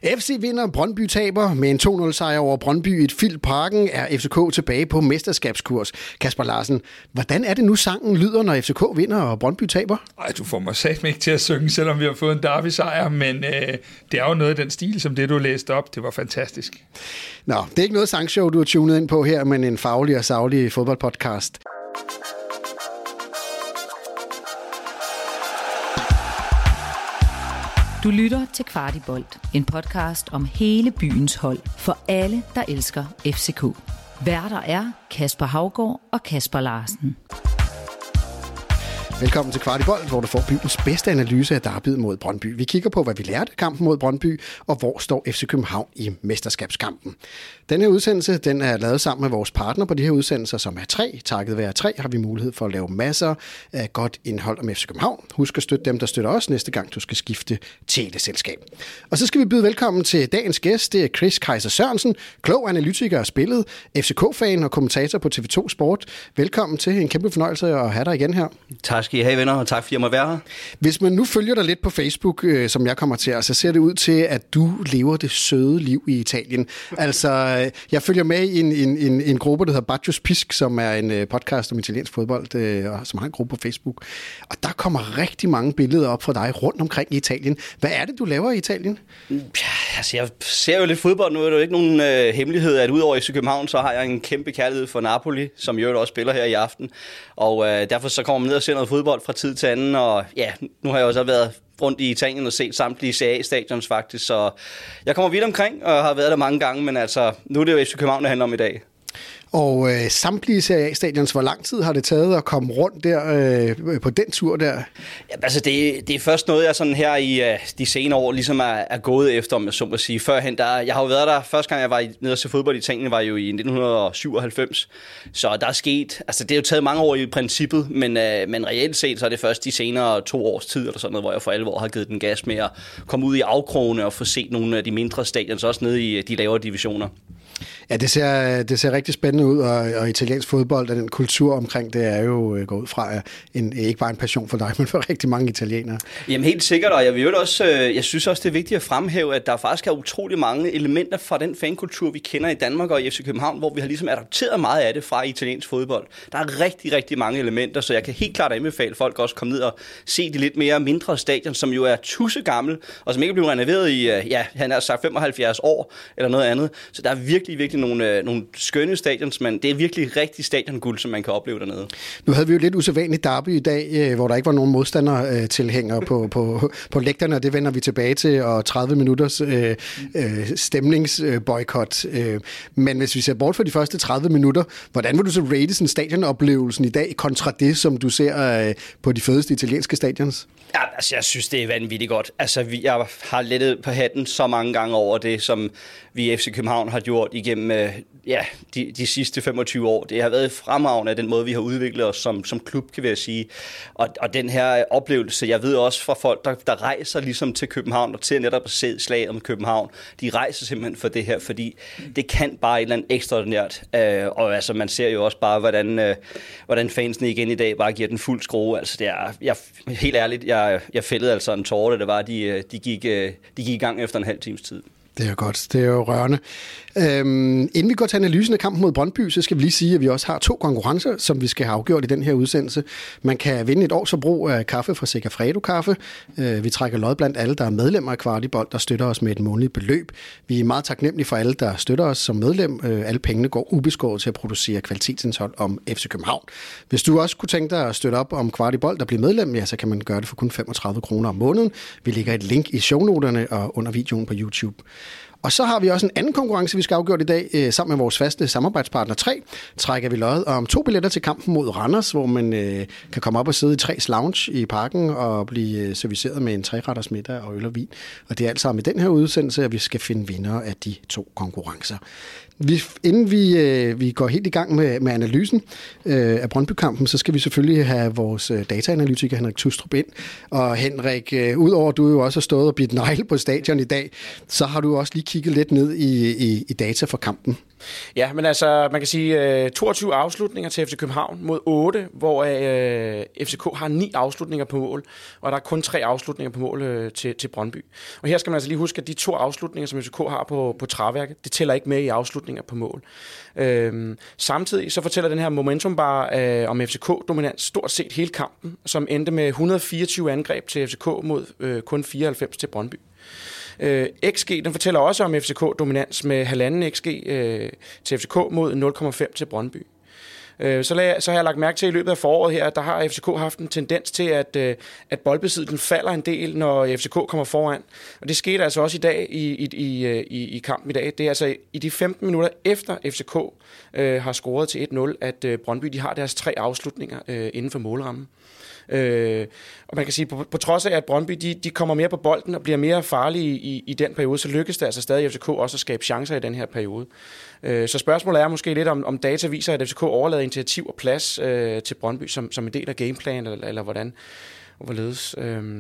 FC vinder, Brøndby taber. Med en 2-0 sejr over Brøndby i et Phil Parken er FCK tilbage på mesterskabskurs. Kasper Larsen, hvordan er det nu sangen lyder, når FCK vinder og Brøndby taber? Ej, du får mig satme ikke til at synge, selvom vi har fået en derby-sejr, men det er jo noget af den stil, som det du læste op. Det var fantastisk. Nå, det er ikke noget sangshow, du har tunet ind på her, men en faglig og saglig fodboldpodcast. Du lytter til Kvartibolt, en podcast om hele byens hold for alle, der elsker FCK. Værter er Kasper Haugaard og Kasper Larsen. Velkommen til Kvartibolt, hvor du får byens bedste analyse af derbyet mod Brøndby. Vi kigger på, hvad vi lærte af kampen mod Brøndby, og hvor står FC København i mesterskabskampen. Den her udsendelse den er lavet sammen med vores partner på de her udsendelser, som er 3. Takket være 3 har vi mulighed for at lave masser af godt indhold om FC København. Husk at støtte dem, der støtter os næste gang, du skal skifte teleselskab. Og så skal vi byde velkommen til dagens gæst. Det er Chris Kaiser Sørensen, klog analytiker og spillet, FCK-fan og kommentator på TV2 Sport. Velkommen til. En kæmpe fornøjelse at have dig igen her. Tak skal I have, venner, og tak fordi jeg må være her. Hvis man nu følger dig lidt på Facebook, som jeg kommer til, så ser det ud til, at du lever det søde liv i Italien. Altså, jeg følger med i en gruppe, der hedder Baccios Pisk, som er en podcast om italiensk fodbold, og som har en gruppe på Facebook. Og der kommer rigtig mange billeder op fra dig rundt omkring i Italien. Hvad er det, du laver i Italien? Altså, jeg ser jo lidt fodbold. Nu er det jo ikke nogen hemmelighed, at udover FC København, så har jeg en kæmpe kærlighed for Napoli, som jo også spiller her i aften. Og derfor så kommer man ned og ser noget fodbold fra tid til anden, og ja, nu har jeg også været rundt i Italien og set samtlige CA-stadions faktisk, så jeg kommer vidt omkring og har været der mange gange, men altså, nu er det jo FC København, det handler om i dag. Og samtlige CA-stadions, hvor lang tid har det taget at komme rundt der på den tur der? Ja, altså det er først noget, jeg sådan her i de senere år ligesom er gået efter, om jeg så må sige. Førhen, jeg har jo været der, første gang jeg var nede og se fodbold i Italien, var jo i 1997, så der er sket, altså det er jo taget mange år i princippet, men reelt set, så er det først de senere 2 års tid, eller sådan noget, hvor jeg for alvor har givet den gas med at komme ud i afkrogene og få set nogle af de mindre stadions, også nede i de lavere divisioner. Ja, det ser rigtig spændende ud, og italiensk fodbold og den kultur omkring det er jo gået ud fra ikke bare en passion for dig, men for rigtig mange italienere. Jamen helt sikkert, og jeg synes også, det er vigtigt at fremhæve, at der faktisk er utrolig mange elementer fra den fankultur, vi kender i Danmark og i FC København, hvor vi har ligesom adopteret meget af det fra italiensk fodbold. Der er rigtig, rigtig mange elementer, så jeg kan helt klart anbefale folk også komme ned og se de lidt mere mindre stadion, som jo er tussegammel, og som ikke er blevet renoveret i, han har sagt 75 år eller noget andet. Så der er virkelig nogle skønne stadions, men det er virkelig rigtig stadionguld, som man kan opleve dernede. Nu havde vi jo lidt usædvanligt derby i dag, hvor der ikke var nogen modstandertilhængere på lægterne, og det vender vi tilbage til, og 30 minutters stemningsboykot. Men hvis vi ser bort fra de første 30 minutter, hvordan vil du så rate sådan stadionoplevelsen i dag kontra det, som du ser på de fedeste italienske stadions? Ja, altså jeg synes, det er vanvittigt godt. Altså jeg har lettet på hatten så mange gange over det, som vi i FC København har gjort igennem de sidste 25 år. Det har været fremragende af den måde, vi har udviklet os som klub, kan jeg sige. Og den her oplevelse, jeg ved også fra folk, der rejser ligesom til København og til netop at se slaget om København, de rejser simpelthen for det her, fordi det kan bare et eller andet ekstraordinært. Og altså man ser jo også bare, hvordan fansene igen i dag bare giver den fuld skrue. Altså det er, helt ærligt, jeg fældede altså en tåre, da det var, de gik i gang efter en halv times tid. Det er jo godt. Det er jo rørende. Inden vi går til analysen af kampen mod Brøndby, så skal vi lige sige, at vi også har 2 konkurrencer, som vi skal have afgjort i den her udsendelse. Man kan vinde et års forbrug af kaffe fra Segafredo Kaffe. Vi trækker lod blandt alle, der er medlemmer af Kvartibolt, der støtter os med et månedligt beløb. Vi er meget taknemmelige for alle, der støtter os som medlem. Alle pengene går ubeskåret til at producere kvalitetsindhold om FC København. Hvis du også kunne tænke dig at støtte op om Kvartibolt og blive medlem, ja, så kan man gøre det for kun 35 kroner om måneden. Vi lægger et link i shownoterne og under videoen på YouTube. Og så har vi også en anden konkurrence, vi skal afgjort i dag. Sammen med vores faste samarbejdspartner 3, trækker vi lod om 2 billetter til kampen mod Randers, hvor man kan komme op og sidde i 3's lounge i parken og blive serviceret med en 3-retters middag og øl og vin. Og det er alt sammen i den her udsendelse, at vi skal finde vindere af de 2 konkurrencer. Inden vi går helt i gang med analysen af Brøndby-kampen, så skal vi selvfølgelig have vores dataanalytiker Henrik Tustrup ind. Og Henrik, udover at du jo også har stået og bidt negle på stadion i dag, så har du også lige kigget lidt ned i data for kampen. Ja, men altså, man kan sige 22 afslutninger til FC København mod 8, hvor FCK har 9 afslutninger på mål, og der er kun 3 afslutninger på mål til Brøndby. Og her skal man altså lige huske, at de 2 afslutninger, som FCK har på træværket, det tæller ikke med i afslutninger på mål. Samtidig så fortæller den her momentumbar om FCK-dominans stort set hele kampen, som endte med 124 angreb til FCK mod kun 94 til Brøndby. XG, den fortæller også om FCK-dominans med 1,5 XG til FCK mod 0,5 til Brøndby. Så har jeg lagt mærke til i løbet af foråret her, at der har FCK haft en tendens til, at boldbesiddelsen falder en del, når FCK kommer foran. Og det skete altså også i dag i kampen i dag. Det er altså i de 15 minutter efter FCK har scoret til 1-0, at Brøndby de har deres 3 afslutninger inden for målrammen. Og man kan sige, på trods af, at Brøndby de kommer mere på bolden og bliver mere farlige i den periode, så lykkes det altså stadig FCK også at skabe chancer i den her periode. Så spørgsmålet er måske lidt, om data viser, at FCK overlader initiativ og plads til Brøndby som en del af gameplan, eller hvordan og hvorledes.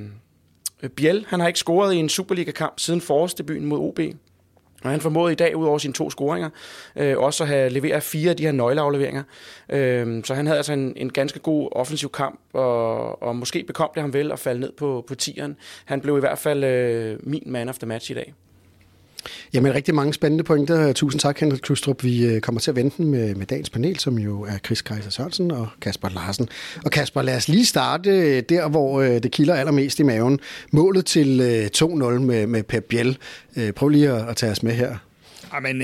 Biel, han har ikke scoret i en Superliga-kamp siden forårsdebuten mod OB. Og han formåede i dag, ud over sine 2 scoringer, også at have leveret 4 af de her nøgleafleveringer. Så han havde altså en ganske god offensiv kamp, og måske bekom det ham vel at falde ned på 10'eren. Han blev i hvert fald min man of the match i dag. Jamen rigtig mange spændende pointer. Tusind tak, Henrik Klustrup. Vi kommer til at vente med dagens panel, som jo er Chris Kaiser Sørensen og Kasper Larsen. Og Kasper, lad os lige starte der, hvor det kilder allermest i maven. Målet til 2-0 med Pep Biel. Prøv lige at tage os med her. Jamen,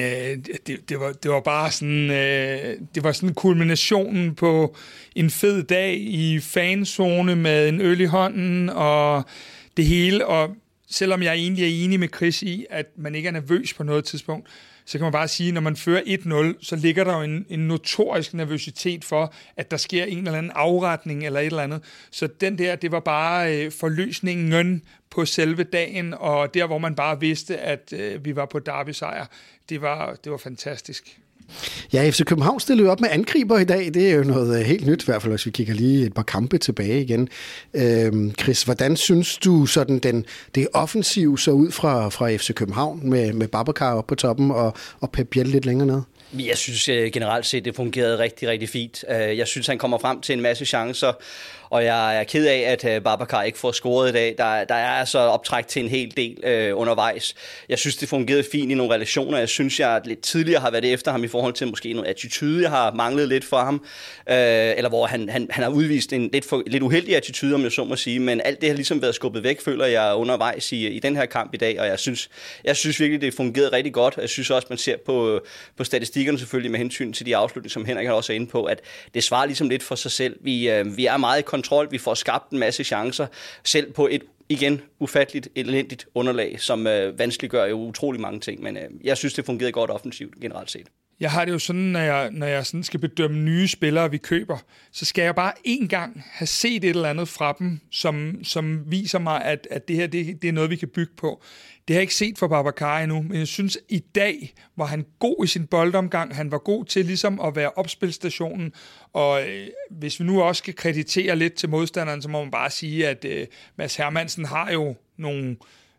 det var bare sådan, det var sådan kulminationen på en fed dag i fanzone med en øl i hånden og det hele, og selvom jeg egentlig er enig med Chris i, at man ikke er nervøs på noget tidspunkt, så kan man bare sige, at når man fører 1-0, så ligger der jo en notorisk nervøsitet for, at der sker en eller anden afretning eller et eller andet. Så den der, det var bare forløsningen på selve dagen, og der, hvor man bare vidste, at vi var på derby-sejr, det var fantastisk. Ja, FC København stillede op med angriber i dag. Det er jo noget helt nyt, i hvert fald, hvis vi kigger lige et par kampe tilbage igen. Chris, hvordan synes du sådan det offensive så ud fra FC København med Babacar på toppen og Pep Biel lidt længere ned? Jeg synes generelt set, det fungerede rigtig, rigtig fint. Jeg synes, han kommer frem til en masse chancer, og jeg er ked af, at Babacar ikke får scoret i dag. Der er altså optræk til en hel del undervejs. Jeg synes, det fungerede fint i nogle relationer. Jeg synes, jeg lidt tidligere har været efter ham i forhold til måske noget attitude, jeg har manglet lidt for ham. Eller hvor han har udvist en lidt uheldig attitude, om jeg så må sige. Men alt det har ligesom været skubbet væk, føler jeg undervejs i den her kamp i dag. Og jeg synes virkelig, det fungerede rigtig godt. Jeg synes også, man ser på statistikkerne selvfølgelig med hensyn til de afslutninger, som Henrik også er inde på, at det svarer ligesom lidt for sig selv. Vi er meget i kontrol, vi får skabt en masse chancer, selv på et igen ufatteligt elendigt underlag, som vanskeliggør jo utrolig mange ting, men jeg synes, det fungerede godt offensivt generelt set. Jeg har det jo sådan, når jeg sådan skal bedømme nye spillere, vi køber, så skal jeg bare en gang have set et eller andet fra dem, som viser mig, at det her det er noget, vi kan bygge på. Det har jeg ikke set for Babacar endnu, men jeg synes, i dag var han god i sin boldomgang. Han var god til ligesom at være opspilstationen, og hvis vi nu også skal kreditere lidt til modstanderen, så må man bare sige, at Mads Hermansen har jo nogle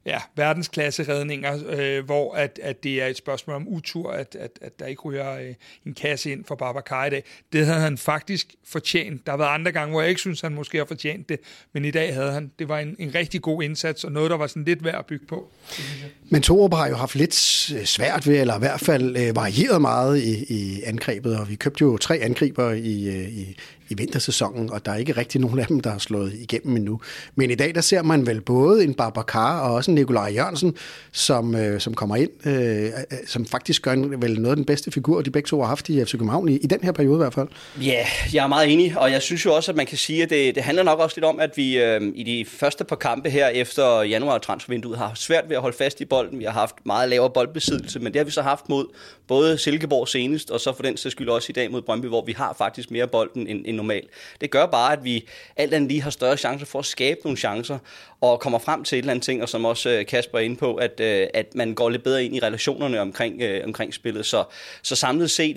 verdensklasse-redninger, hvor at det er et spørgsmål om utur, at der ikke ryger en kasse ind for Babacar i dag. Det havde han faktisk fortjent. Der har været andre gange, hvor jeg ikke synes, han måske har fortjent det, men i dag havde han. Det var en rigtig god indsats, og noget, der var sådan lidt værd at bygge på. Men Torup har jo haft lidt svært ved, eller i hvert fald varieret meget i angrebet, og vi købte jo 3 angriber i vintersæsonen, og der er ikke rigtig nogen af dem, der har slået igennem endnu. Men i dag, der ser man vel både en Babacar og også en Nikolaj Jørgensen, som kommer ind, som faktisk gør vel noget af den bedste figur, de begge to har haft i FC København, i den her periode i hvert fald. Ja, jeg er meget enig, og jeg synes jo også, at man kan sige, at det handler nok også lidt om, at vi i de første par kampe her efter januar-transfervinduet har svært ved at holde fast i bolden. Vi har haft meget lavere boldbesiddelse, men det har vi så haft mod både Silkeborg senest, og så for den sags skyld også i dag mod Brøndby, hvor vi har faktisk mere bolden end normalt. Det gør bare, at vi alt andet lige har større chancer for at skabe nogle chancer, og kommer frem til et eller andet ting, og som også Kasper er inde på, at man går lidt bedre ind i relationerne omkring spillet. Så samlet set,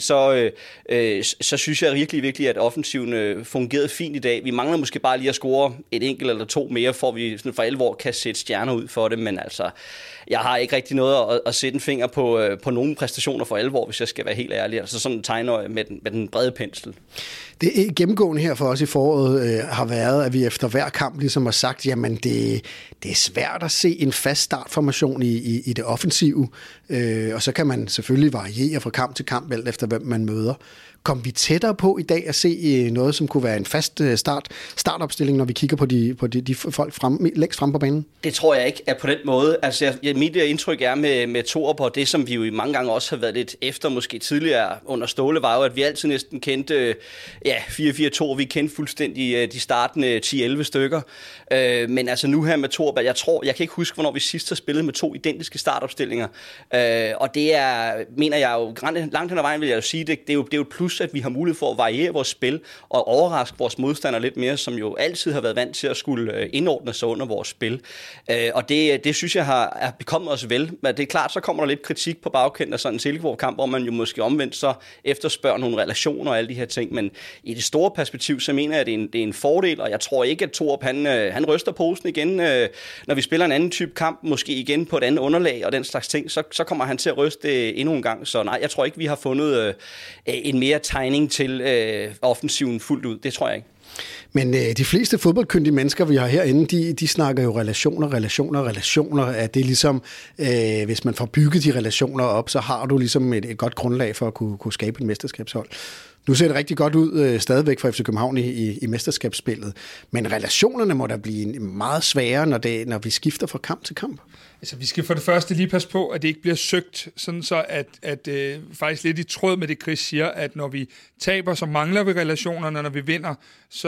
så synes jeg virkelig, at offensiven fungerede fint i dag. Vi mangler måske bare lige at score et enkelt eller to mere, for vi sådan for alvor kan sætte stjerner ud for det, men altså, jeg har ikke rigtig noget at sætte en finger på nogle præstationer for alvor, hvis jeg skal være helt ærlig. Altså sådan tegner med den brede pensel. Det gennemgående her for os i foråret har været, at vi efter hver kamp ligesom har sagt, jamen det er svært at se en fast startformation i det offensive, og så kan man selvfølgelig variere fra kamp til kamp, alt efter hvem man møder. Kom vi tættere på i dag at se noget, som kunne være en fast startopstilling, når vi kigger på de folk længst frem på banen? Det tror jeg ikke er på den måde. Altså, mit indtryk er med Thorup, og det, som vi jo i mange gange også har været lidt efter, måske tidligere under Ståle, var jo, at vi altid næsten kendte 4-4-2. Vi kendte fuldstændig de startende 10-11 stykker. Men altså nu her med Thorup, jeg kan ikke huske, hvornår vi sidst har spillet med 2 identiske startopstillinger. Og det er, mener jeg jo, langt hen ad vejen vil jeg jo sige, det er jo et plus, at vi har mulighed for at variere vores spil og overraske vores modstandere lidt mere, som jo altid har været vant til at skulle indordne sig under vores spil. Og det synes jeg er bekommet os vel. Men det er klart, så kommer der lidt kritik på bagkendt af sådan en Silkeborg-kamp, hvor man jo måske omvendt så efterspørger nogle relationer og alle de her ting. Men i det store perspektiv, så mener jeg, at det er en fordel, og jeg tror ikke, at Thorup, han ryster posen igen, når vi spiller en anden type kamp, måske igen på et andet underlag og den slags ting, så kommer han til at ryste endnu en gang. Så nej, jeg tror ikke, vi har fundet en mere tegning til offensiven fuldt ud. Det tror jeg ikke. Men de fleste fodboldkyndige mennesker, vi har herinde, de snakker jo relationer. At det er ligesom, hvis man får bygget de relationer op, så har du ligesom et godt grundlag for at kunne skabe et mesterskabshold. Nu ser det rigtig godt ud stadigvæk for FC København i mesterskabsspillet, men relationerne må da blive meget sværere, når vi skifter fra kamp til kamp. Altså, vi skal for det første lige passe på, at det ikke bliver søgt, sådan så at faktisk lidt i tråd med det, Chris siger, at når vi taber, så mangler vi relationerne, når vi vinder, så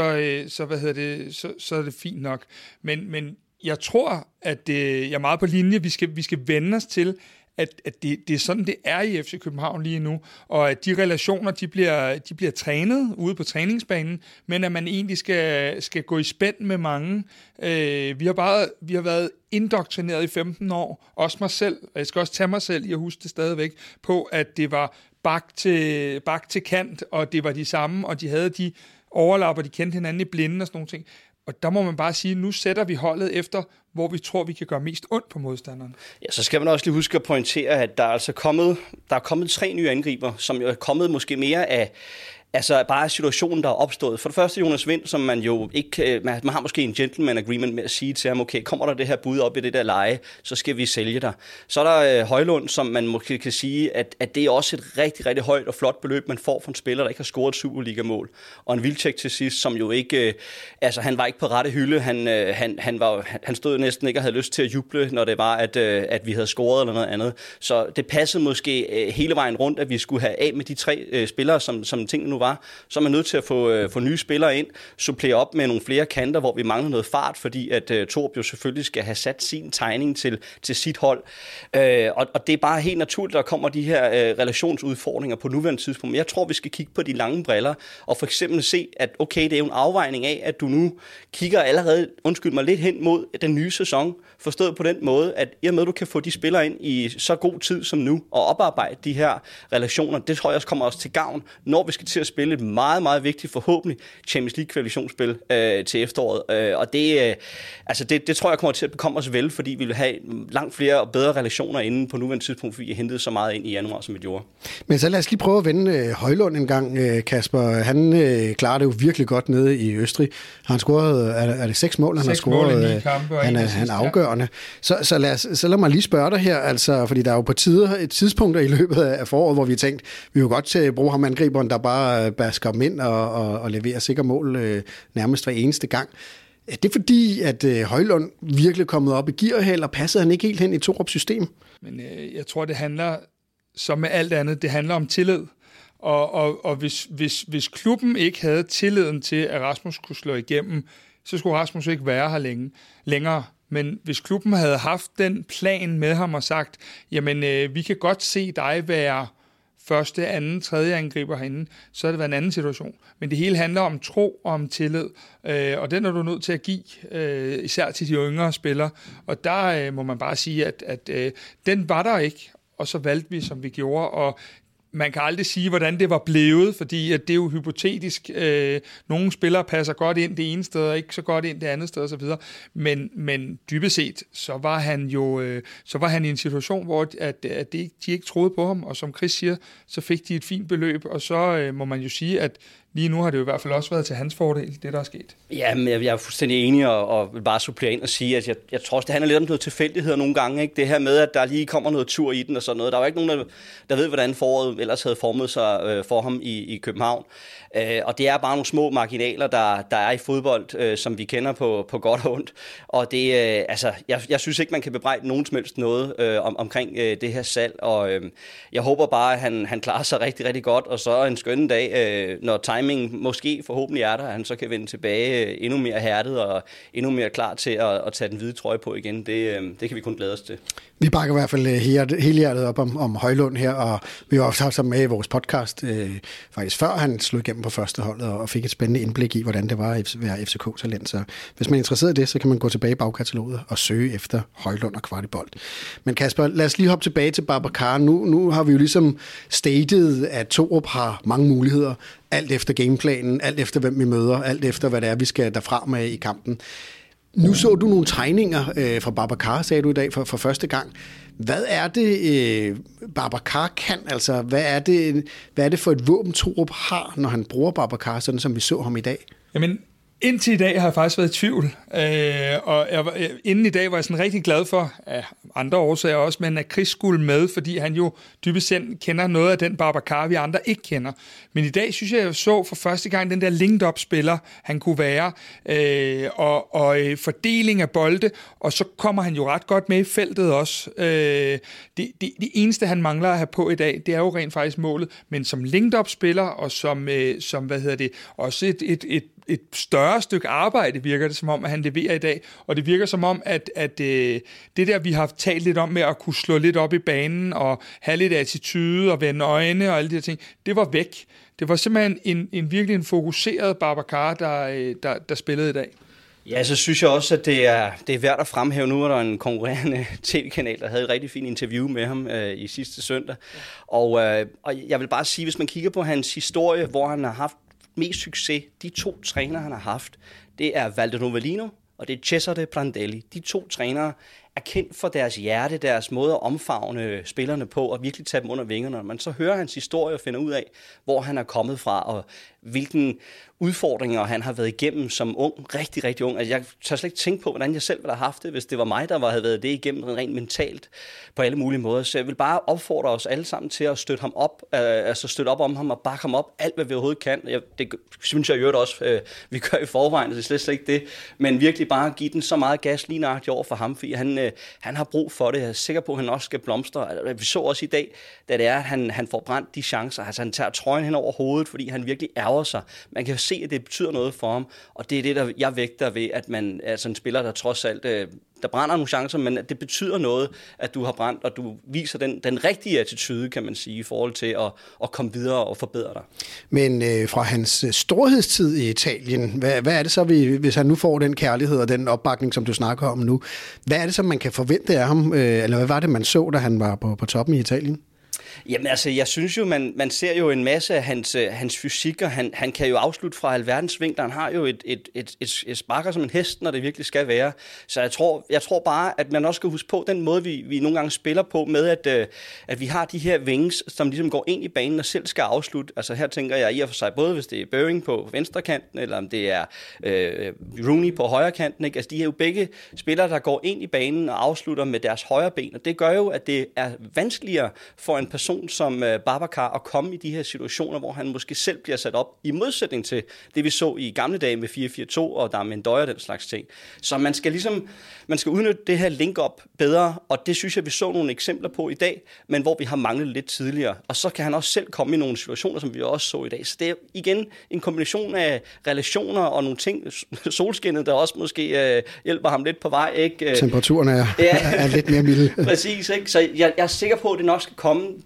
er det fint nok. Men jeg tror, at jeg er meget på linje. Vi skal vende os til, at det er sådan, det er i FC København lige nu, og at de relationer, de bliver trænet ude på træningsbanen, men at man egentlig skal gå i spænd med mange. Vi har været indoktrineret i 15 år, også mig selv, og jeg skal også tage mig selv i at huske det stadigvæk, på at det var bak til kant, og det var de samme, og de havde de overlap, og de kendte hinanden i blinde og sådan nogle ting. Og der må man bare sige, at nu sætter vi holdet efter, hvor vi tror, vi kan gøre mest ondt på modstanderen. Ja, så skal man også lige huske at pointere, at der er kommet 3 nye angriber, som jo er kommet måske mere af bare situationen, der er opstået. For det første Jonas Vind, som man jo ikke... Man har måske en gentleman agreement med at sige til ham, okay, kommer der det her bud op i det der leje, så skal vi sælge dig. Så er der Højlund, som man måske kan sige, at det er også et rigtig, rigtig højt og flot beløb, man får fra en spiller, der ikke har scoret et Superliga-mål. Og en Wilczek til sidst, som jo ikke... han var ikke på rette hylde. Han stod næsten ikke og havde lyst til at juble, når det var, at vi havde scoret eller noget andet. Så det passede måske hele vejen rundt, at vi skulle have af med de 3 spillere, som tingene nu var. Så er man nødt til at få nye spillere ind, supplere op med nogle flere kanter, hvor vi mangler noget fart, fordi at Thorup jo selvfølgelig skal have sat sin tegning til sit hold. Og det er bare helt naturligt, der kommer de her relationsudfordringer på nuværende tidspunkt. Men jeg tror, vi skal kigge på de lange briller, og for eksempel se, at okay, det er jo en afvejning af, at du nu kigger allerede, lidt hen mod den nye sæson, forstået på den måde, at i og med, at du kan få de spillere ind i så god tid som nu, og oparbejde de her relationer, det tror jeg også kommer os til gavn, når vi skal til at spille et meget, meget vigtigt, forhåbentlig Champions League-kvalifikationsspil til efteråret. Og det tror jeg kommer til at bekomme os vel, fordi vi vil have langt flere og bedre relationer inden på nuværende tidspunkt, fordi vi har hentet så meget ind i januar, som vi gjorde. Men så lad os lige prøve at vende Højlund en gang, Kasper. Han klarer det jo virkelig godt nede i Østrig. Han scoret, er det 6 mål, han har scoret? Han er afgørende. Så lad mig lige spørge dig her, altså, fordi der er jo på tidspunkter i løbet af foråret, hvor vi har tænkt, vi vil godt til at bruge ham angriberen, der bare basker ham ind og leverer sikre mål nærmest hver eneste gang. Er det fordi, at Højlund virkelig er kommet op i gear her, eller passede han ikke helt hen i Thorups system? Men jeg tror, det handler, som med alt andet, det handler om tillid. Og hvis klubben ikke havde tilliden til, at Rasmus kunne slå igennem, så skulle Rasmus ikke være her længere. Men hvis klubben havde haft den plan med ham og sagt, jamen vi kan godt se dig være første, anden, tredje angriber herinde, så har det været en anden situation. Men det hele handler om tro og om tillid, og den er du nødt til at give, især til de yngre spillere. Og der må man bare sige, at den var der ikke, og så valgte vi, som vi gjorde, og man kan aldrig sige, hvordan det var blevet, fordi at det er jo hypotetisk. Nogle spillere passer godt ind det ene sted, og ikke så godt ind det andet sted osv. Men dybest set, så var han i en situation, hvor de ikke troede på ham, og som Chris siger, så fik de et fint beløb, og så må man jo sige, at lige nu har det jo i hvert fald også været til hans fordel, det der er sket. Ja, men jeg er fuldstændig enig, og vil bare supplere ind og sige, at jeg tror også, det handler lidt om noget tilfældigheder nogle gange. Ikke? Det her med, at der lige kommer noget tur i den og sådan noget. Der er jo ikke nogen, der ved, hvordan foråret ellers havde formet sig for ham i København. Og det er bare nogle små marginaler, der er i fodbold, som vi kender på godt og ondt. Og det, jeg synes ikke, man kan bebrejde nogen som helst noget omkring det her salg. Og jeg håber bare, at han klarer sig rigtig, rigtig godt. Og så en skønne dag, når timingen måske forhåbentlig er der, at han så kan vende tilbage endnu mere hærdet og endnu mere klar til at tage den hvide trøje på igen. Det kan vi kun glæde os til. Vi bakker i hvert fald helhjertet op om Højlund her, og vi har også haft ham med i vores podcast, faktisk før han slog igennem på første holdet, og fik et spændende indblik i, hvordan det var at være FCK-talent. Så hvis man er interesseret i det, så kan man gå tilbage i bagkataloget og søge efter Højlund og Kvartibold. Men Kasper, lad os lige hoppe tilbage til Babacar. Nu har vi jo ligesom stated, at Thorup har mange muligheder, alt efter gameplanen, alt efter hvem vi møder, alt efter hvad det er, vi skal derfra med i kampen. Nu så du nogle tegninger fra Babacar, sagde du i dag, for første gang. Hvad er det, Babacar kan? Altså, hvad er det for et våben, Thorup har, når han bruger Babacar, sådan som vi så ham i dag? Jamen, indtil i dag har jeg faktisk været i tvivl, og inden i dag var jeg sådan rigtig glad for, af andre årsager også, men at Chris skulle med, fordi han jo dybest set kender noget af den Babacar, vi andre ikke kender. Men i dag synes jeg så for første gang den der linked-up-spiller, han kunne være, og fordeling af bolde, og så kommer han jo ret godt med i feltet også. Det eneste, han mangler at have på i dag, det er jo rent faktisk målet, men som linked-up-spiller, og som også et større stykke arbejde, virker det som om, at han leverer i dag. Og det virker som om, at det der, vi har talt lidt om med at kunne slå lidt op i banen og have lidt attitude og vende øjne og alle de her ting, det var væk. Det var simpelthen virkelig en fokuseret Babacar, der spillede i dag. Ja, så synes jeg også, at det er værd at fremhæve. Nu er der en konkurrerende tv-kanal, der havde et rigtig fint interview med ham i sidste søndag. Og jeg vil bare sige, hvis man kigger på hans historie, hvor han har haft mest succes, de 2 trænere, han har haft, det er Valdo Novellino, og det er Cesare Prandelli. De 2 trænere er kendt for deres hjerte, deres måde at omfavne spillerne på, og virkelig tage dem under vingerne. Når man så hører hans historie og finder ud af, hvor han er kommet fra, og hvilken udfordringer han har været igennem som ung, rigtig, rigtig ung. Altså, jeg tør slet ikke tænke på, hvordan jeg selv ville have haft det, hvis det var mig, der havde været det igennem rent mentalt på alle mulige måder. Så jeg vil bare opfordre os alle sammen til at støtte ham op, støtte op om ham og bakke ham op, alt hvad vi overhovedet kan. Det synes jeg jo også, vi gør i forvejen, det er slet ikke det. Men virkelig bare give den så meget gas lige nøjagtigt over for ham, fordi han har brug for det. Jeg er sikker på, at han også skal blomstre. Vi så også i dag, da det er, at han får brændt de chancer. Altså, han tager trøjen hen over hovedet, fordi han virkelig ærger sig. Man kan se, at det betyder noget for ham, og det er det, der jeg vægter ved, at man er sådan en spiller, der trods alt, der brænder nogle chancer, men det betyder noget, at du har brændt, og du viser den rigtige attitude, kan man sige, i forhold til at komme videre og forbedre dig. Men fra hans storhedstid i Italien, hvad er det så, hvis han nu får den kærlighed og den opbakning, som du snakker om nu, hvad er det så, man kan forvente af ham, eller hvad var det, man så, da han var på toppen i Italien? Jamen altså, jeg synes jo, man ser jo en masse af hans fysik, og han kan jo afslutte fra alverdens vinkler. Han har jo et sparker som en hest, når det virkelig skal være. Så jeg tror bare, at man også skal huske på den måde, vi nogle gange spiller på, med at vi har de her wings, som ligesom går ind i banen og selv skal afslutte. Altså her tænker jeg i og for sig, både hvis det er Børing på venstre kanten, eller om det er Rooney på højre kanten. Ikke? Altså de er jo begge spillere, der går ind i banen og afslutter med deres højre ben, og det gør jo, at det er vanskeligere for en person som Babacar at komme i de her situationer, hvor han måske selv bliver sat op, i modsætning til det, vi så i gamle dage med 4-4-2 og der er en døjer den slags ting. Så man skal udnytte det her link-up bedre, og det synes jeg, vi så nogle eksempler på i dag, men hvor vi har manglet lidt tidligere. Og så kan han også selv komme i nogle situationer, som vi også så i dag. Så det er igen en kombination af relationer og nogle ting, solskinnet, der også måske hjælper ham lidt på vej. Ikke? Temperaturen er lidt mere milde. Præcis, ikke? Så jeg er sikker på, at det nok skal komme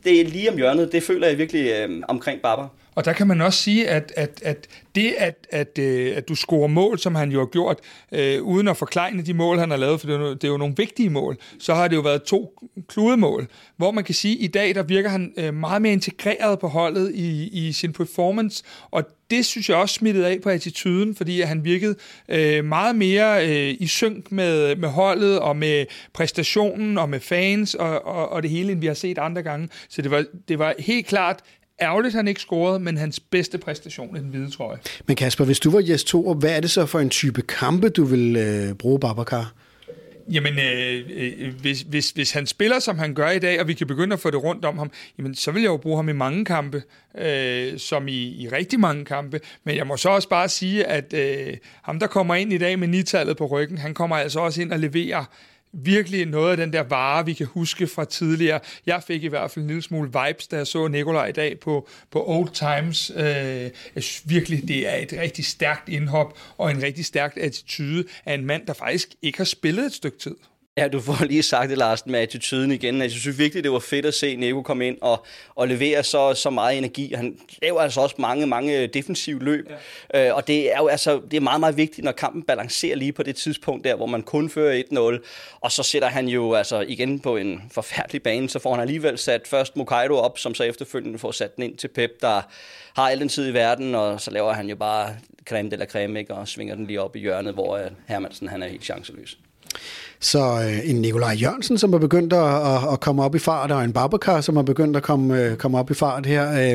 det er lige om hjørnet. Det føler jeg virkelig omkring Baba. Og der kan man også sige, at det, at du scorer mål, som han jo har gjort, uden at forklejne de mål, han har lavet, for det er jo nogle vigtige mål, så har det jo været 2 kludemål, hvor man kan sige, at i dag, der virker han meget mere integreret på holdet i sin performance, og det synes jeg også smittede af på attituden, fordi han virkede meget mere i synk med holdet, og med præstationen, og med fans, og det hele, end vi har set andre gange. Så det var helt klart ærgerligt, han ikke scorede, men hans bedste præstation i den hvide trøje. Men Kasper, hvis du var Jes Torup, hvad er det så for en type kampe, du vil bruge Babacar? Jamen, hvis han spiller, som han gør i dag, og vi kan begynde at få det rundt om ham, jamen, så vil jeg jo bruge ham i mange kampe, som i rigtig mange kampe. Men jeg må så også bare sige, at ham, der kommer ind i dag med 9-tallet på ryggen, han kommer altså også ind og leverer virkelig noget af den der vare, vi kan huske fra tidligere. Jeg fik i hvert fald en lille smule vibes, da jeg så Nikolaj i dag på Old Times. Jeg synes virkelig, det er et rigtig stærkt indhop og en rigtig stærk attitude af en mand, der faktisk ikke har spillet et stykke tid. Ja, du får lige sagt det, Larsen, med attituden igen. Jeg synes virkelig, det var fedt at se Nico komme ind og levere så meget energi. Han laver altså også mange defensive løb. Ja. Og det er jo altså, det er meget, meget vigtigt, når kampen balancerer lige på det tidspunkt der, hvor man kun fører 1-0. Og så sætter han jo altså igen på en forfærdelig bane, så får han alligevel sat først Mokaido op, som så efterfølgende får sat den ind til Pep, der har al den tid i verden, og så laver han jo bare creme de la creme, ikke? Og svinger den lige op i hjørnet, hvor Hermansen han er helt chanceløs. Så en Nikolaj Jørgensen, som er begyndt at komme op i fart, og en Babacar, som er begyndt at komme op i fart her.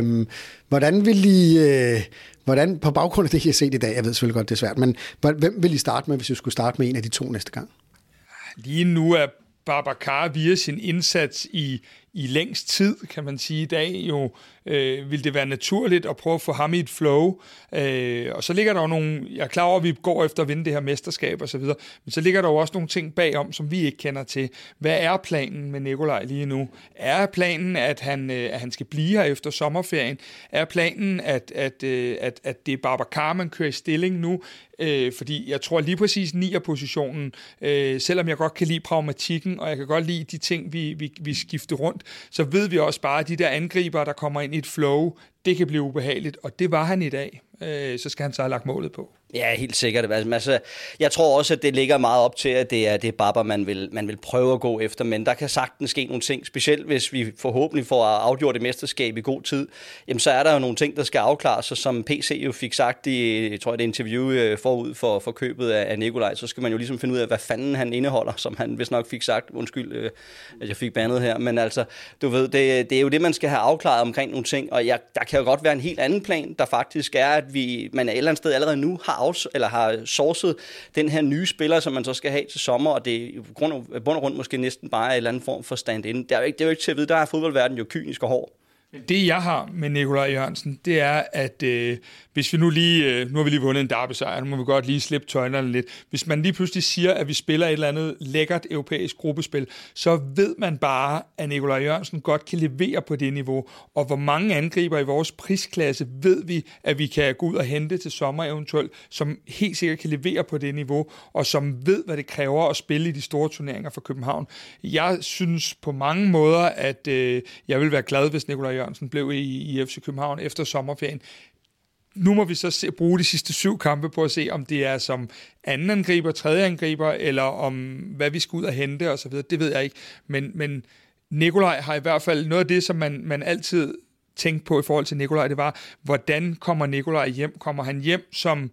Hvordan på baggrund af det, I har set i dag, jeg ved selvfølgelig godt, det er svært, men hvem vil I starte med, hvis I skulle starte med en af de 2 næste gang? Lige nu er Babacar via sin indsats i længst tid, kan man sige i dag, jo vil det være naturligt at prøve at få ham i et flow. Og så ligger der jo nogle, jeg er klar over, at vi går efter at vinde det her mesterskab og så videre, men så ligger der jo også nogle ting bagom, som vi ikke kender til. Hvad er planen med Nikolaj lige nu? Er planen, at han skal blive her efter sommerferien? Er planen, at det er Babacar, man kører i stilling nu? Fordi jeg tror lige præcis 9'er-positionen, selvom jeg godt kan lide pragmatikken, og jeg kan godt lide de ting, vi skifter rundt, så ved vi også bare, at de der angriber, der kommer ind i et flow, det kan blive ubehageligt, og det var han i dag. Så skal han så have lagt målet på. Ja, helt sikkert. Altså, jeg tror også, at det ligger meget op til, at det er Baba, man vil prøve at gå efter, men der kan sagtens ske nogle ting, specielt hvis vi forhåbentlig får afgjort det mesterskab i god tid, jamen så er der jo nogle ting, der skal afklares, og som PC jo fik sagt i, jeg tror, det interview forud for købet af Nikolaj, så skal man jo ligesom finde ud af, hvad fanden han indeholder, som han vist nok fik sagt. Undskyld, at jeg fik bandet her, men altså, du ved, det er jo det, man skal have afklaret omkring nogle ting, og der kan jo godt være en helt anden plan, der faktisk er, at man et eller andet sted allerede nu har sourcet den her nye spiller, som man så skal have til sommer, og det er i bund og grund måske næsten bare en eller anden form for stand-in. Det er jo ikke til at vide, der er fodboldverdenen jo kynisk og hård. Det jeg har med Nikolaj Jørgensen, det er, at hvis vi nu har vi lige vundet en derbysejr, nu må vi godt lige slippe tøjlerne lidt. Hvis man lige pludselig siger, at vi spiller et eller andet lækkert europæisk gruppespil, så ved man bare, at Nikolaj Jørgensen godt kan levere på det niveau. Og hvor mange angriber i vores prisklasse ved vi, at vi kan gå ud og hente til sommer eventuelt, som helt sikkert kan levere på det niveau, og som ved, hvad det kræver at spille i de store turneringer for København. Jeg synes på mange måder, at jeg vil være glad, hvis Nikolaj Jørgensen blev i FC København efter sommerferien. Nu må vi så bruge de sidste 7 kampe på at se, om det er som anden angriber, tredje angriber, eller om hvad vi skal ud og hente og så videre. Det ved jeg ikke. Men Nikolaj har i hvert fald noget af det, som man altid tænkte på i forhold til Nikolaj, det var, hvordan kommer Nikolaj hjem? Kommer han hjem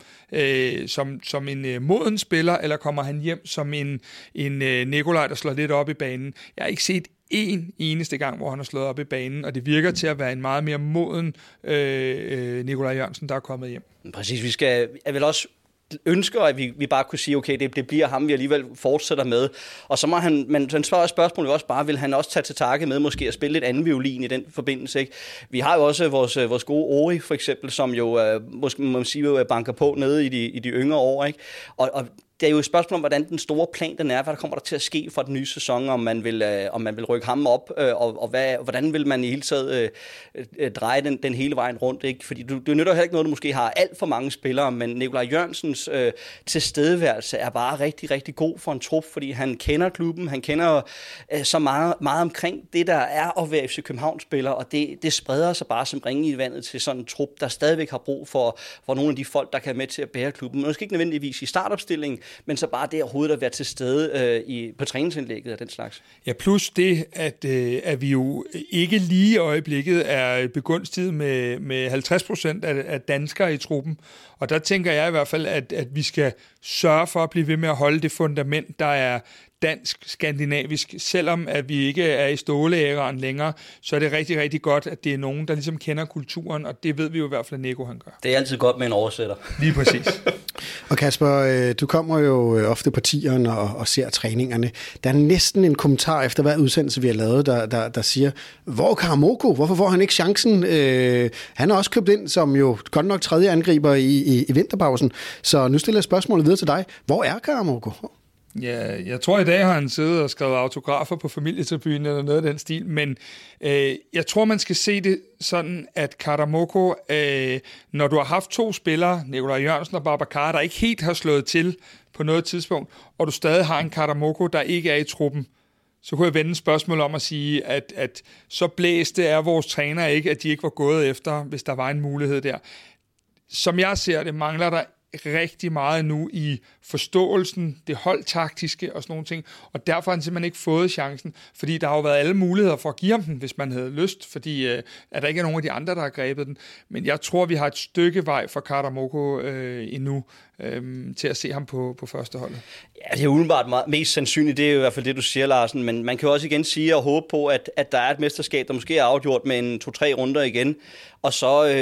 som en moden spiller, eller kommer han hjem som en Nikolaj, der slår lidt op i banen? Jeg har ikke set en eneste gang, hvor han har slået op i banen, og det virker til at være en meget mere moden Nikolaj Jørgensen, der er kommet hjem. Præcis, jeg vil også ønsker, at vi bare kunne sige, okay, det bliver ham, vi alligevel fortsætter med. Og så må han svarer spørgsmålet også bare, vil han også tage til takke med måske at spille lidt anden violin i den forbindelse, ikke? Vi har jo også vores gode Ori, for eksempel, som jo måske må man sige, banker på nede i de yngre år, ikke? Og det er jo et spørgsmål om, hvordan den store plan den er, hvad der kommer der til at ske for den nye sæson, om man vil rykke ham op, og hvordan vil man i hele taget dreje den hele vejen rundt, ikke? Fordi det nytter heller ikke noget, du måske har alt for mange spillere, men Nikolaj Jørgensens tilstedeværelse er bare rigtig, rigtig god for en trup, fordi han kender klubben, han kender så meget omkring det, der er at være FC København-spiller, og det spreder sig bare som ringe i vandet til sådan en trup, der stadigvæk har brug for nogle af de folk, der kan være med til at bære klubben. Måske ikke nødvendigvis i startopstillingen, men så bare det overhovedet at være til stede på træningsindlægget af den slags. Ja, plus det, at vi jo ikke lige i øjeblikket er begunstiget med 50% af danskere i truppen. Og der tænker jeg i hvert fald, at vi skal sørge for at blive ved med at holde det fundament, der er dansk-skandinavisk. Selvom at vi ikke er i ståleæraen længere, så er det rigtig, rigtig godt, at det er nogen, der ligesom kender kulturen, og det ved vi jo i hvert fald, at Nico han gør. Det er altid godt med en oversætter. Lige præcis. Og Kasper, du kommer jo ofte på tieren og ser træningerne. Der er næsten en kommentar efter hver udsendelse, vi har lavet, der siger, hvor er Karamoko? Hvorfor får han ikke chancen? Han er også købt ind som jo godt nok tredje angriber i vinterpausen. Så nu stiller jeg spørgsmålet videre til dig. Hvor er Karamoko? Ja, jeg tror i dag har han siddet og skrevet autografer på familietribunen eller noget af den stil, men jeg tror, man skal se det sådan, at Karamoko, når du har haft 2 spillere, Nikolaj Jørgensen og Babacar, der ikke helt har slået til på noget tidspunkt, og du stadig har en Karamoko, der ikke er i truppen, så kunne jeg vende spørgsmål om at sige, at så blæste er vores træner ikke, at de ikke var gået efter, hvis der var en mulighed der. Som jeg ser det, mangler der rigtig meget nu i forståelsen, det holdtaktiske og sådan nogle ting, og derfor har han simpelthen ikke fået chancen, fordi der har jo været alle muligheder for at give ham den, hvis man havde lyst, fordi at der ikke er nogen af de andre, der har grebet den. Men jeg tror, vi har et stykke vej for Karamoko endnu til at se ham på første holdet. Ja, det er umiddelbart mest sandsynligt, det er i hvert fald det, du siger, Larsen, men man kan jo også igen sige og håbe på, at der er et mesterskab, der måske er afgjort med en 2-3 runder igen, og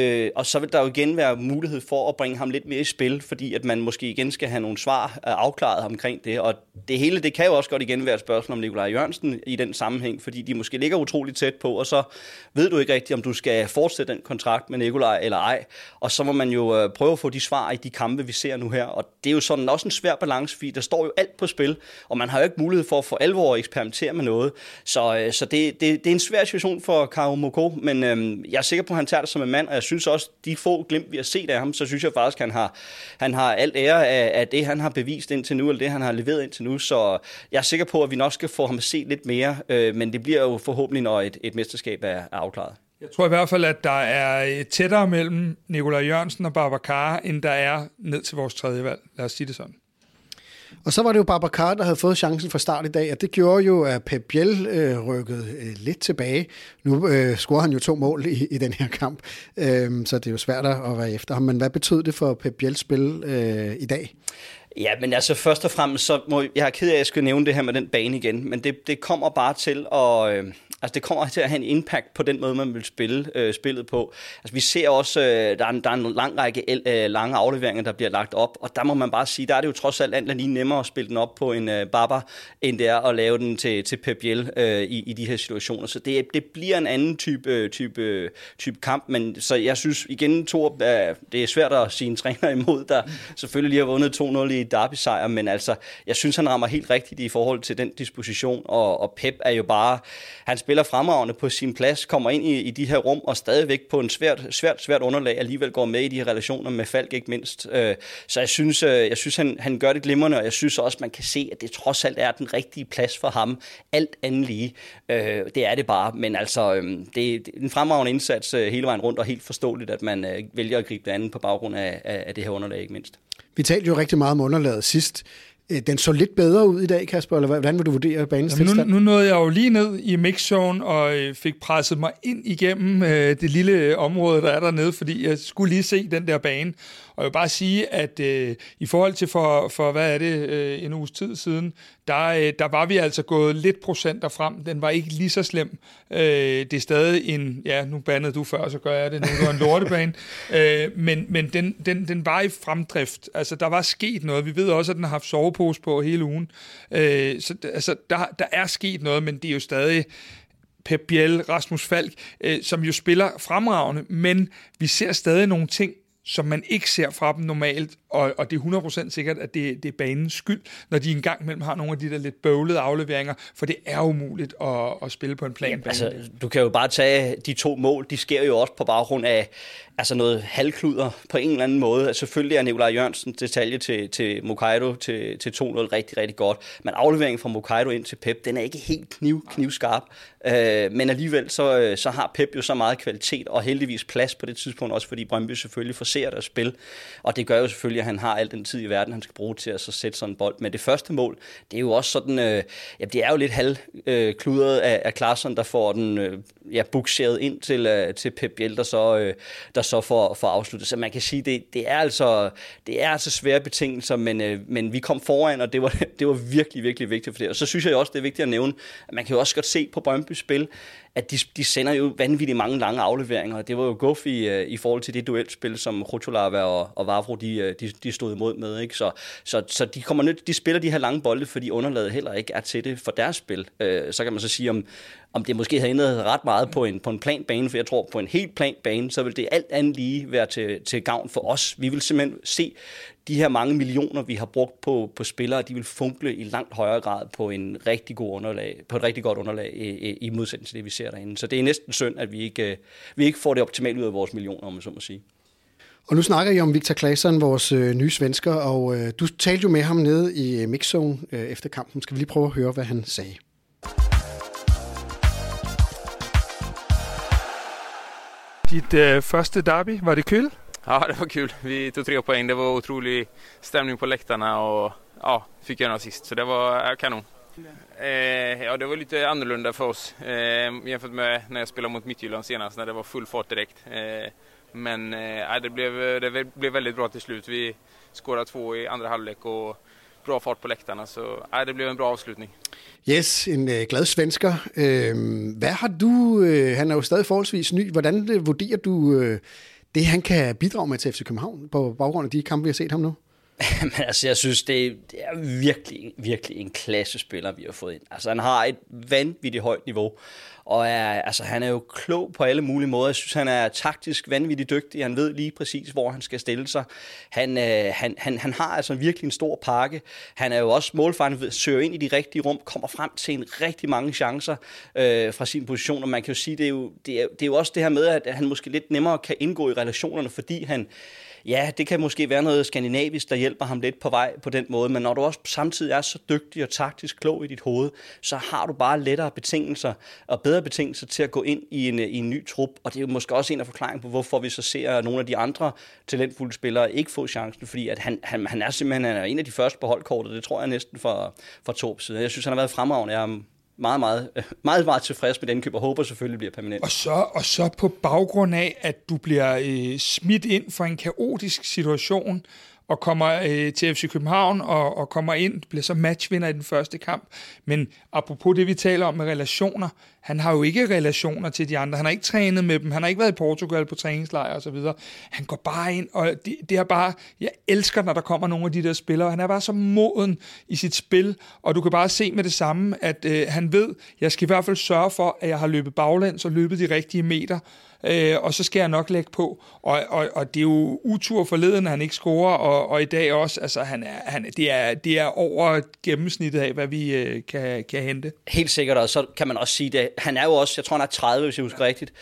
så vil der jo igen være mulighed for at bringe ham lidt mere i spil, fordi at man måske igen skal have nogle svar afklaret omkring det, og det hele, det kan jo også godt igen være et spørgsmål om Nikolaj Jørgensen i den sammenhæng, fordi de måske ligger utroligt tæt på, og så ved du ikke rigtigt, om du skal fortsætte den kontrakt med Nikolaj eller ej, og så må man jo prøve at få de svar i de kampe, vi ser nu her, og det er jo sådan også en svær balance, fordi der står jo alt på spil, og man har jo ikke mulighed for for alvor at eksperimentere med noget, så det er en svær situation for Karamoko, men jeg er sikker på, at han tager det som en mand, og jeg synes også, de få glimt, vi har set af ham, så synes jeg faktisk, han har alt ære af det, han har bevist indtil nu, eller det, han har leveret indtil nu, så jeg er sikker på, at vi nok skal få ham at se lidt mere, men det bliver jo forhåbentlig, når et mesterskab er afklaret. Jeg tror i hvert fald, at der er tættere mellem Nikolaj Jørgensen og Babacar, end der er ned til vores tredje valg. Lad os sige det sådan. Og så var det jo Babacar, der havde fået chancen fra start i dag, og det gjorde jo, at Pep Biel rykkede lidt tilbage. Nu scorede han jo 2 mål i den her kamp, så det er jo svært at være efter ham. Men hvad betød det for Pep Biels spil i dag? Ja, men altså først og fremmest, jeg er ked af, at jeg skal nævne det her med den bane igen, men det kommer bare til at... det kommer til at have en impact på den måde, man vil spille spillet på. Altså, vi ser også, der er en lang række lange afleveringer, der bliver lagt op, og der må man bare sige, der er det jo trods alt lige nemmere at spille den op på en Baba, end det er at lave den til Pep Biel i de her situationer. Så det bliver en anden type kamp, men så jeg synes igen, det er svært at sige en træner imod, der selvfølgelig lige har vundet 2-0 i derby-sejr, men altså, jeg synes, han rammer helt rigtigt i forhold til den disposition, og Pep er jo bare, han spiller fremragende på sin plads, kommer ind i de her rum, og stadigvæk på en svært underlag, alligevel går med i de her relationer med Falk, ikke mindst. Så jeg synes han gør det glimrende, og jeg synes også, man kan se, at det trods alt er den rigtige plads for ham. Alt andet lige. Det er det bare, men altså, det er en fremragende indsats hele vejen rundt, og helt forståeligt, at man vælger at gribe det andet på baggrund af det her underlag, ikke mindst. Vi talte jo rigtig meget om underlaget sidst. Den så lidt bedre ud i dag, Kasper, eller hvordan vil du vurdere banens tilstand? Nu nåede jeg jo lige ned i mixzone og fik presset mig ind igennem det lille område, der er dernede, fordi jeg skulle lige se den der bane. Og jeg vil bare sige, at i forhold til for hvad er det, en uges tid siden, der var vi altså gået lidt procenter frem. Den var ikke lige så slem. Det er stadig en, ja, nu bandede du før, så gør jeg det, nu er en lortebane. Men den var i fremdrift. Altså, der var sket noget. Vi ved også, at den har haft sovepose på hele ugen. Så altså, der er sket noget, men det er jo stadig Pep Biel, Rasmus Falk, som jo spiller fremragende, men vi ser stadig nogle ting, som man ikke ser fra dem normalt, og det er 100% sikkert, at det er banens skyld, når de engang imellem har nogle af de der lidt bøvlede afleveringer, for det er umuligt at spille på en planbane. Altså, du kan jo bare tage de 2 mål, de sker jo også på baggrund af noget halvkluder på en eller anden måde. Altså, selvfølgelig er Nikolaj Jørgensens detalje til Mokaido til 2-0 rigtig, rigtig godt, men afleveringen fra Mokaido ind til Pep, den er ikke helt knivskarp, men alligevel så har Pep jo så meget kvalitet, og heldigvis plads på det tidspunkt, også fordi Brøndby selvfølgelig forser deres spil, og det gør jo selvfølgelig, at han har al den tid i verden, han skal bruge til at så sætte sådan en bold. Men det første mål, det er jo også sådan, det er jo lidt halvkludret af Klaarsson, der får den bukseret ind til Pep Biel, der så får afsluttet. Så man kan sige, det er altså svære betingelser, men vi kom foran, og det var virkelig, virkelig vigtigt for det. Og så synes jeg også, det er vigtigt at nævne, at man kan jo også godt se på Brøndby spil, at de sender jo vanvittigt mange lange afleveringer, og det var jo guf i forhold til det duelspil, som Rucholava og Vavro, de stod imod med, ikke? Så de spiller de her lange bolde, fordi underlaget heller ikke er til det for deres spil. Så kan man så sige, om det måske havde ændret ret meget på en planbane, for jeg tror, på en helt planbane, så vil det alt andet lige være til gavn for os. Vi vil simpelthen se de her mange millioner, vi har brugt på spillere, de vil funkle i langt højere grad på et rigtig godt underlag i modsætning til det, vi ser derinde. Så det er næsten synd, at vi ikke får det optimalt ud af vores millioner, om man så må sige. Og nu snakker I om Viktor Claesson, vores nye svensker, og du talte jo med ham nede i Mixzone efter kampen. Skal vi lige prøve at høre, hvad han sagde? Dit første derby, var det kul? Ja, det var kul. Vi tog 3 poäng. Det var otrolig stämning på läktarna och fick göra en assist. Så det var kanon. Det var lite annorlunda för oss jämfört med när jag spelade mot Midtjylland senast när det var full fart direkt. Men det blev väldigt bra till slut. Vi scorade 2 i andra halvlek och bra fart på läktarna. Så det blev en bra avslutning. Yes, en glad svensker. Hvad har du... han er jo stadig forholdsvis ny. Hvordan vurderer du det, han kan bidrage med til FC København på baggrund af de kampe, vi har set ham nu? Men altså, jeg synes, det er virkelig, virkelig en klassespiller, vi har fået ind. Altså, han har et vanvittigt højt niveau, og han er jo klog på alle mulige måder. Jeg synes, han er taktisk vanvittigt dygtig. Han ved lige præcis, hvor han skal stille sig. Han har altså virkelig en stor pakke. Han er jo også målfarlig, søger ind i de rigtige rum, kommer frem til en rigtig mange chancer fra sin position, og man kan jo sige, det er jo også det her med, at han måske lidt nemmere kan indgå i relationerne, fordi han... Ja, det kan måske være noget skandinavisk, der hjælper ham lidt på vej på den måde, men når du også samtidig er så dygtig og taktisk klog i dit hoved, så har du bare lettere betingelser og bedre betingelser til at gå ind i en ny trup, og det er jo måske også en af forklaringen på, hvorfor vi så ser nogle af de andre talentfulde spillere ikke få chancen, fordi at han er simpelthen en af de første på holdkortet, det tror jeg næsten fra Torps side. Jeg synes, han har været fremragende. Jeg er meget tilfreds med den køb, og håber selvfølgelig bliver permanent. Og så på baggrund af, at du bliver smidt ind for en kaotisk situation, og kommer til FC København, og kommer ind, bliver så matchvinder i den første kamp. Men apropos det, vi taler om med relationer, han har jo ikke relationer til de andre. Han har ikke trænet med dem. Han har ikke været i Portugal på træningslejr og så videre. Han går bare ind, og det er bare... Jeg elsker, når der kommer nogle af de der spillere. Han er bare så moden i sit spil, og du kan bare se med det samme, at han ved, jeg skal i hvert fald sørge for, at jeg har løbet baglæns og løbet de rigtige meter, og så skal jeg nok lægge på. Og det er jo utur forleden, at han ikke scorer, og i dag også, altså det er over gennemsnittet af, hvad vi kan hente. Helt sikkert, og så kan man også sige det. Han er jo også, jeg tror han er 30, hvis jeg husker rigtigt,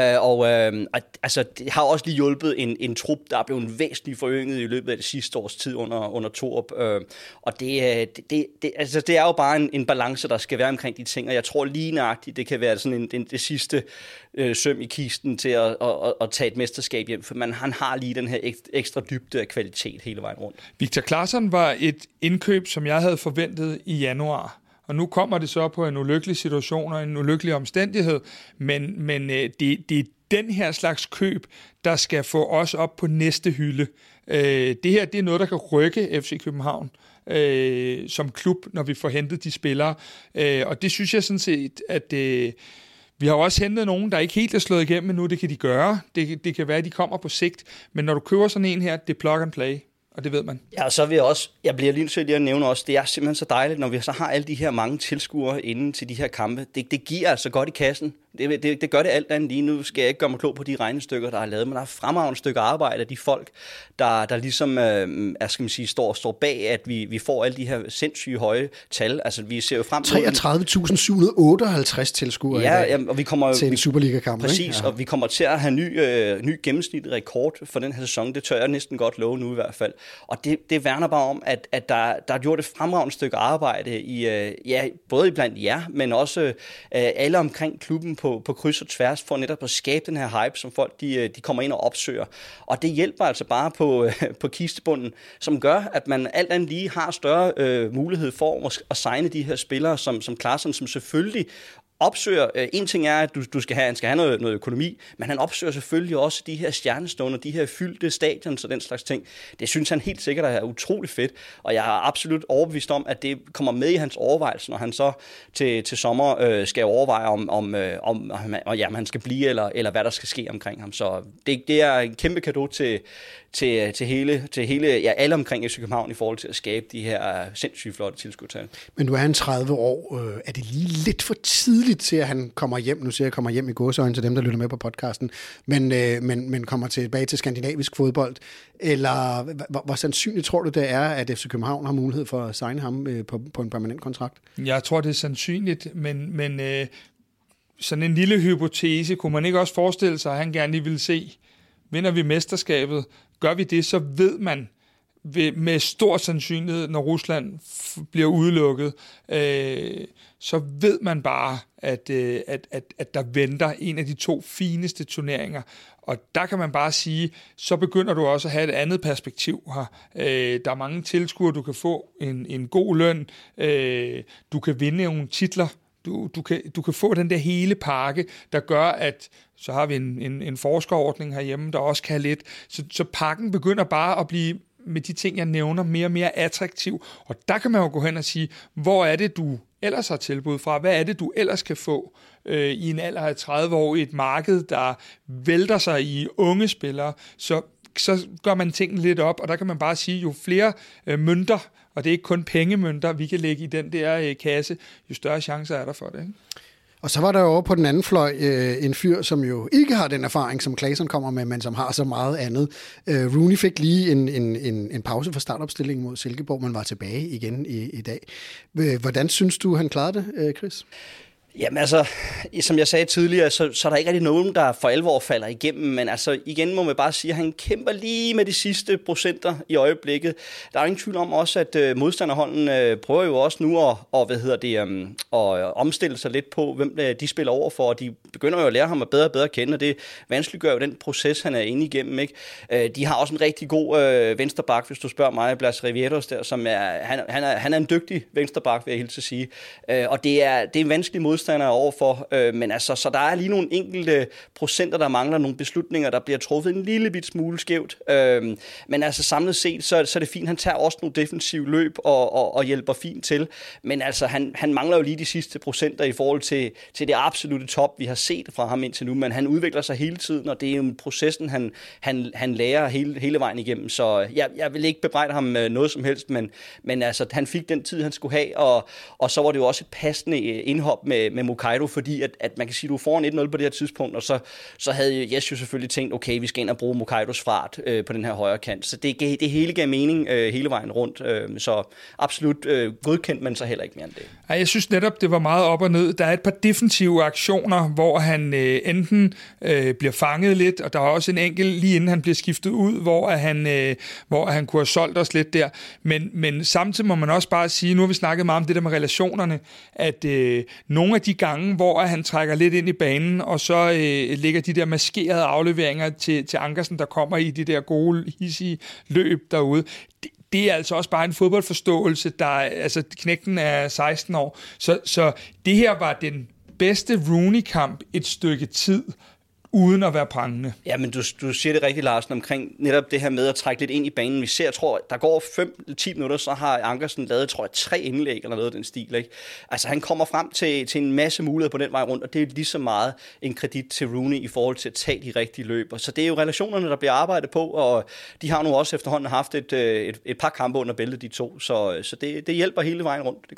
altså det har også lige hjulpet en trup, der er blevet væsentligt forynget i løbet af det sidste års tid under Torup, og det er jo bare en balance, der skal være omkring de ting, og jeg tror lige nøjagtigt, det kan være sådan det sidste søm i kisten til at tage et mesterskab hjem, for han har lige den her ekstra dybde af kvalitet hele vejen rundt. Viktor Claesson var et indkøb, som jeg havde forventet i januar, og nu kommer det så på en ulykkelig situation og en ulykkelig omstændighed, men det er den her slags køb, der skal få os op på næste hylde. Det her, det er noget, der kan rykke FC København som klub, når vi får hentet de spillere, og det synes jeg sådan set, at vi har også hentet nogen, der ikke helt er slået igennem endnu. Det kan de gøre. Det kan være, at de kommer på sigt. Men når du køber sådan en her, det er plug and play. Og det ved man. Ja, og så vil jeg bliver lige nødt til at nævne også, det er simpelthen så dejligt, når vi så har alle de her mange tilskuere inden til de her kampe. Det giver altså godt i kassen, Det gør det alt andet lige. Nu skal jeg ikke gøre mig klog på de regnestykker, der er lavet, men der er fremragende stykker arbejde af de folk, der ligesom skal man sige, står bag, at vi får alle de her sindssyge høje tal. Altså, vi ser jo frem til 33.758 tilskuere i dag og vi kommer til en Superliga-kamp. Præcis, og vi kommer til at have ny gennemsnitlig rekord for den her sæson. Det tør jeg næsten godt love nu i hvert fald. Og det værner bare om, at der er gjort et fremragende stykke arbejde både blandt jer, men også alle omkring klubben på kryds og tværs, for netop at skabe den her hype, som folk de kommer ind og opsøger. Og det hjælper altså bare på kistebunden, som gør, at man alt andet lige har større mulighed for at signe de her spillere, som Klaasen, som selvfølgelig opsøger. En ting er, at han skal have noget økonomi, men han opsøger selvfølgelig også de her stjernestunder, de her fyldte stadions og den slags ting. Det synes han helt sikkert er utrolig fedt, og jeg er absolut overbevist om, at det kommer med i hans overvejelser, når han så til sommer skal overveje, om han skal blive, eller hvad der skal ske omkring ham. Så det er en kæmpe cadeau til hele alle omkring FC København i forhold til at skabe de her sindssygt flotte tilskuertal. Men nu er han 30 år. Er det lige lidt for tidligt til, at han kommer hjem? Nu siger jeg, kommer hjem i gåseøjne til dem, der lytter med på podcasten. Men kommer tilbage til skandinavisk fodbold. Eller hvor sandsynligt tror du, det er, at FC København har mulighed for at signe ham på en permanent kontrakt? Jeg tror, det er sandsynligt, men sådan en lille hypotese, kunne man ikke også forestille sig, at han gerne lige ville se, vinder vi mesterskabet, gør vi det, så ved man med stor sandsynlighed, når Rusland bliver udelukket, så ved man bare, at der venter en af de 2 fineste turneringer. Og der kan man bare sige, så begynder du også at have et andet perspektiv her. Der er mange tilskuere, du kan få en god løn, du kan vinde nogle titler, du kan få den der hele pakke, der gør, at så har vi en forskerordning herhjemme, der også kan lidt. Så pakken begynder bare at blive, med de ting, jeg nævner, mere og mere attraktiv. Og der kan man jo gå hen og sige, hvor er det, du ellers har tilbud fra? Hvad er det, du ellers kan få i en alder af 30 år i et marked, der vælter sig i unge spillere? Så gør man tingene lidt op, og der kan man bare sige, jo flere mønter, og det er ikke kun pengemønter, vi kan lægge i den der kasse, jo større chancer er der for det, ikke? Og så var der jo over på den anden fløj en fyr, som jo ikke har den erfaring, som Klaasen kommer med, men som har så meget andet. Rooney fik lige en pause fra startopstillingen mod Silkeborg, men var tilbage igen i dag. Hvordan synes du, han klarede det, Chris? Jamen altså, som jeg sagde tidligere, så er der ikke rigtig nogen, der for alvor falder igennem, men altså igen må man bare sige, at han kæmper lige med de sidste procenter i øjeblikket. Der er ingen tvivl om også, at modstanderholden prøver jo også nu at omstille sig lidt på, hvem de spiller over for, og de begynder jo at lære ham at bedre og bedre kende, og det vanskeliggør jo den proces, han er inde igennem, ikke? De har også en rigtig god vensterbak, hvis du spørger mig, Blas Rivieros der, som han er en dygtig vensterbak, vil jeg helt til at sige, og det er en vanskelig modstander overfor, men altså, så der er lige nogle enkelte procenter, der mangler nogle beslutninger, der bliver truffet en lille bit smule skævt, men altså samlet set, så er det fint, han tager også nogle defensive løb og hjælper fint til, men altså, han mangler jo lige de sidste procenter i forhold til det absolutte top, vi har set fra ham indtil nu, men han udvikler sig hele tiden, og det er jo processen, han lærer hele vejen igennem, så jeg vil ikke bebrejde ham noget som helst, men altså, han fik den tid, han skulle have, og så var det jo også et passende indhop med Mukairo, fordi at man kan sige, at du får en 1-0 på det her tidspunkt, og så havde Jes jo selvfølgelig tænkt, okay, vi skal ind og bruge Mukairos fart på den her højre kant. Så det hele gav mening hele vejen rundt. Så absolut godkendt, men så heller ikke mere end det. Ej, jeg synes netop, det var meget op og ned. Der er et par defensive aktioner, hvor han enten bliver fanget lidt, og der er også en enkelt lige inden han bliver skiftet ud, hvor han kunne have solgt os lidt der. Men samtidig må man også bare sige, nu har vi snakket meget om det der med relationerne, at nogle af de gange, hvor han trækker lidt ind i banen, og så ligger de der maskerede afleveringer til Ankersen, der kommer i de der gode, hissige løb derude. Det er altså også bare en fodboldforståelse, altså knægten er 16 år. Så det her var den bedste Rooney-kamp et stykke tid, uden at være prangende. Ja, men du siger det rigtigt, Larsen, omkring netop det her med at trække lidt ind i banen. Vi ser, jeg tror, der går 5-10 minutter, så har Ankersen lavet, tror jeg, 3 indlæg eller noget af den stil, ikke? Altså, han kommer frem til en masse muligheder på den vej rundt, og det er lige så meget en kredit til Rooney i forhold til at tage de rigtige løb. Så det er jo relationerne, der bliver arbejdet på, og de har nu også efterhånden haft et par kampe under bæltet, de to, så det hjælper hele vejen rundt, det gør det.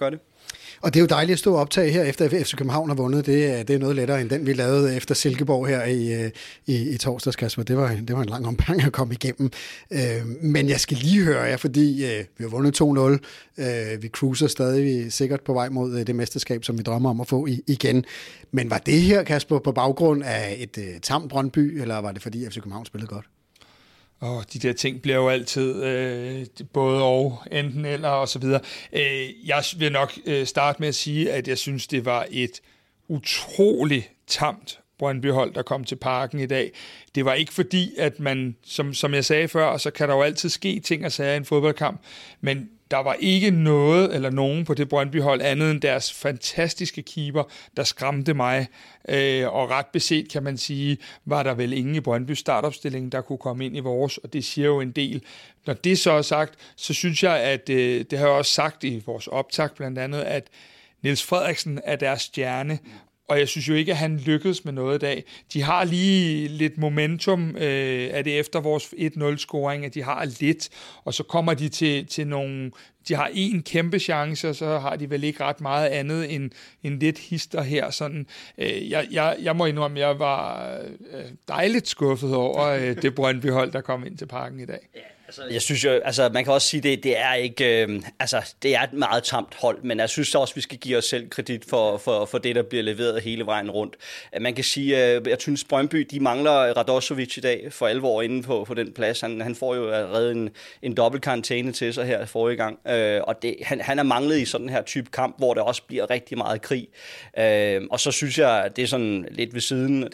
Og det er jo dejligt at stå og optage her, efter FC København har vundet. Det er noget lettere end den, vi lavede efter Silkeborg her i torsdags, Kasper. Det var en lang omgang at komme igennem. Men jeg skal lige høre jer, fordi vi har vundet 2-0. Vi cruiser stadig sikkert på vej mod det mesterskab, som vi drømmer om at få igen. Men var det her, Kasper, på baggrund af et tamt Brøndby, eller var det fordi FC København spillede godt? De der ting bliver jo altid både og, enten eller og så videre. Jeg vil nok starte med at sige, at jeg synes, det var et utroligt tamt Brøndby-hold, der kom til parken i dag. Det var ikke fordi, at man, som jeg sagde før, så kan der jo altid ske ting og sager i en fodboldkamp, men der var ikke noget eller nogen på det Brøndby-hold andet end deres fantastiske keeper, der skræmte mig. Og ret beset, kan man sige, var der vel ingen i Brøndby startopstillingen, der kunne komme ind i vores, og det siger jo en del. Når det så er sagt, så synes jeg, at det har jeg også sagt i vores optag blandt andet, at Niels Frederiksen er deres stjerne, og jeg synes jo ikke, at han lykkedes med noget i dag. De har lige lidt momentum af det efter vores 1-0-scoring, at de har lidt, og så kommer de til nogle... De har en kæmpe chance, og så har de vel ikke ret meget andet end lidt hister her. Sådan, jeg må indrømme, at jeg var dejligt skuffet over det Brøndby-hold, der kom ind til parken i dag. Jeg synes jo, altså man kan også sige, det er ikke, det er et meget tamt hold, men jeg synes også, vi skal give os selv kredit for det, der bliver leveret hele vejen rundt. Man kan sige, jeg synes Brøndby, de mangler Radosovic i dag for alvor inde på den plads. Han får jo allerede en dobbeltkarantæne til sig her forrige gang, og han er manglet i sådan her type kamp, hvor der også bliver rigtig meget krig. Og så synes jeg, det er sådan lidt ved siden,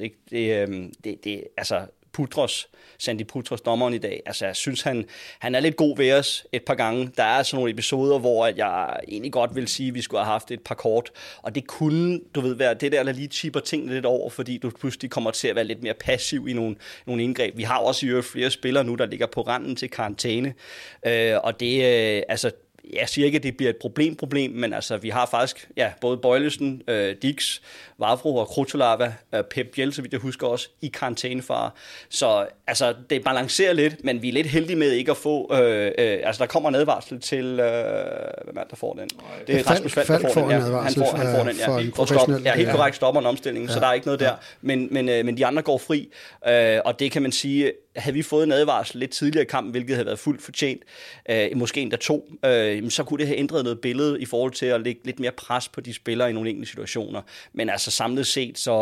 Sandy Putros, dommeren i dag. Altså, jeg synes, han er lidt god ved os et par gange. Der er sådan nogle episoder, hvor jeg egentlig godt vil sige, at vi skulle have haft et par kort. Og det kunne, være det der lige chipper tingene lidt over, fordi du pludselig kommer til at være lidt mere passiv i nogle indgreb. Vi har også i øvrigt flere spillere nu, der ligger på randen til karantæne. Og det, jeg siger ikke, at det bliver et problem, men altså, vi har faktisk både Bøjlesen, Dix, Vavro og Krutolava, Pep Biel, så vidt jeg husker også, i karantænefare. Så altså, det balancerer lidt, men vi er lidt heldige med ikke at få... der kommer en advarsel til... hvem er der får den? Det er Rasmus Falk, der får den. Han får den, ja. Helt korrekt stopper en omstilling, så der er ikke noget der. Men de andre går fri, og det kan man sige... Havde vi fået en advarsel lidt tidligere i kampen, hvilket havde været fuldt fortjent, måske endda 2, så kunne det have ændret noget billede i forhold til at lægge lidt mere pres på de spillere i nogle enkelte situationer. Men altså samlet set, så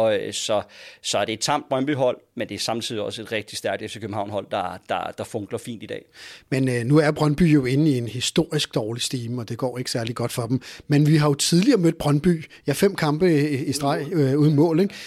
er det et tamt Brøndby-hold, men det er samtidig også et rigtig stærkt FC København-hold, der funkler fint i dag. Men nu er Brøndby jo inde i en historisk dårlig stime, og det går ikke særlig godt for dem. Men vi har jo tidligere mødt Brøndby, 5 kampe i streg uden mål, ikke?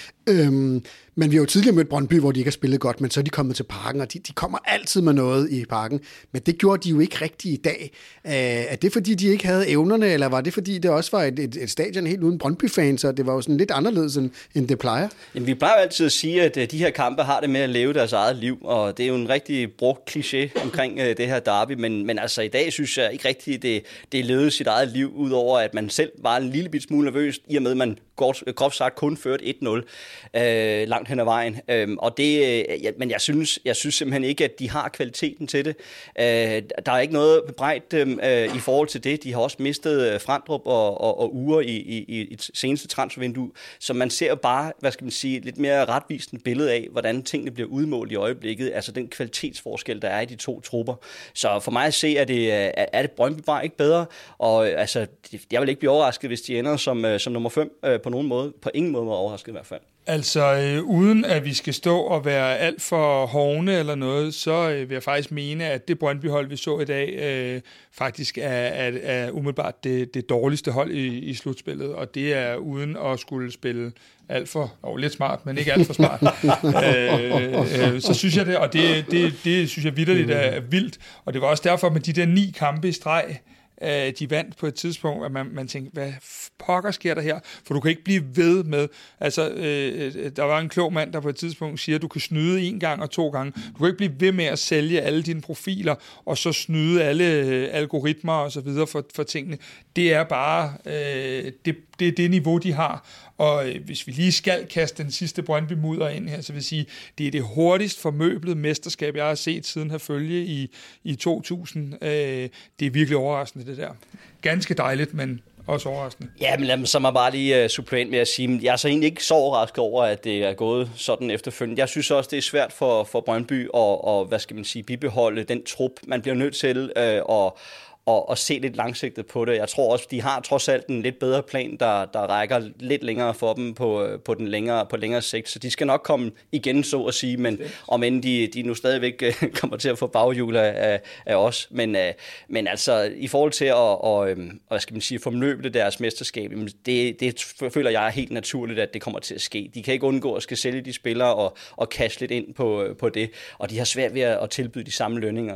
Men vi har jo tidligere mødt Brøndby, hvor de ikke har spillet godt, men så er de kommet til parken, og de kommer altid med noget i parken. Men det gjorde de jo ikke rigtigt i dag. Er det fordi, de ikke havde evnerne, eller var det fordi, det også var et stadion helt uden Brøndby-fans, så det var jo sådan lidt anderledes, end det plejer? Jamen, vi plejer altid at sige, at de her kampe har det med at leve deres eget liv, og det er jo en rigtig brugt kliché omkring det her derby, men altså i dag synes jeg ikke rigtigt, det levede sit eget liv, udover at man selv var en lille bit smule nervøs, i og med, at man groft sagt kun førte 1-0 langt hen ad vejen. Og det, men jeg synes simpelthen ikke, at de har kvaliteten til det. Der er ikke noget bebrejdt dem i forhold til det. De har også mistet Frandrup og Uger i et seneste transfervindue, så man ser bare, lidt mere retvisende billede af, hvordan tingene bliver udmålt i øjeblikket, altså den kvalitetsforskel, der er i de to trupper. Så for mig at se, er det Brøndby bare ikke bedre, og altså, jeg vil ikke blive overrasket, hvis de ender som nummer 5 på ingen måde overrasket i hvert fald. Altså, uden at vi skal stå og være alt for hovne eller noget, så vil jeg faktisk mene, at det Brøndby-hold, vi så i dag, faktisk er umiddelbart det dårligste hold i slutspillet, og det er uden at skulle spille alt for, lidt smart, men ikke alt for smart. Så synes jeg det, og det synes jeg vitterligt er vildt, og det var også derfor med de der 9 kampe i streg, de vandt på et tidspunkt, at man tænkte, hvad pokker sker der her? For du kan ikke blive ved med, altså der var en klog mand, der på et tidspunkt siger, at du kan snyde 1 gang og 2 gange. Du kan ikke blive ved med at sælge alle dine profiler, og så snyde alle algoritmer og så videre for tingene. Det er bare, det er det niveau, de har. Og hvis vi lige skal kaste den sidste Brøndby-mudder ind her, så vil jeg sige, det er det hurtigst formøblede mesterskab, jeg har set siden Herfølge i 2000. Det er virkelig overraskende, det der. Ganske dejligt, men også overraskende. Ja, men lad mig så bare lige supplement med at sige, jeg er så egentlig ikke så overrasket over, at det er gået sådan efterfølgende. Jeg synes også, det er svært for Brøndby at hvad skal man sige, bibeholde den trup. Man bliver nødt til og se lidt langsigtet på det. Jeg tror også, de har trods alt en lidt bedre plan, der rækker lidt længere for dem på længere sigt. Så de skal nok komme igen, så at sige, men om end de nu stadigvæk kommer til at få baghjul af os. Men altså, i forhold til at hvad skal man sige, formøble deres mesterskab, det føler jeg er helt naturligt, at det kommer til at ske. De kan ikke undgå at skal sælge de spillere og cashe lidt ind på det. Og de har svært ved at tilbyde de samme lønninger,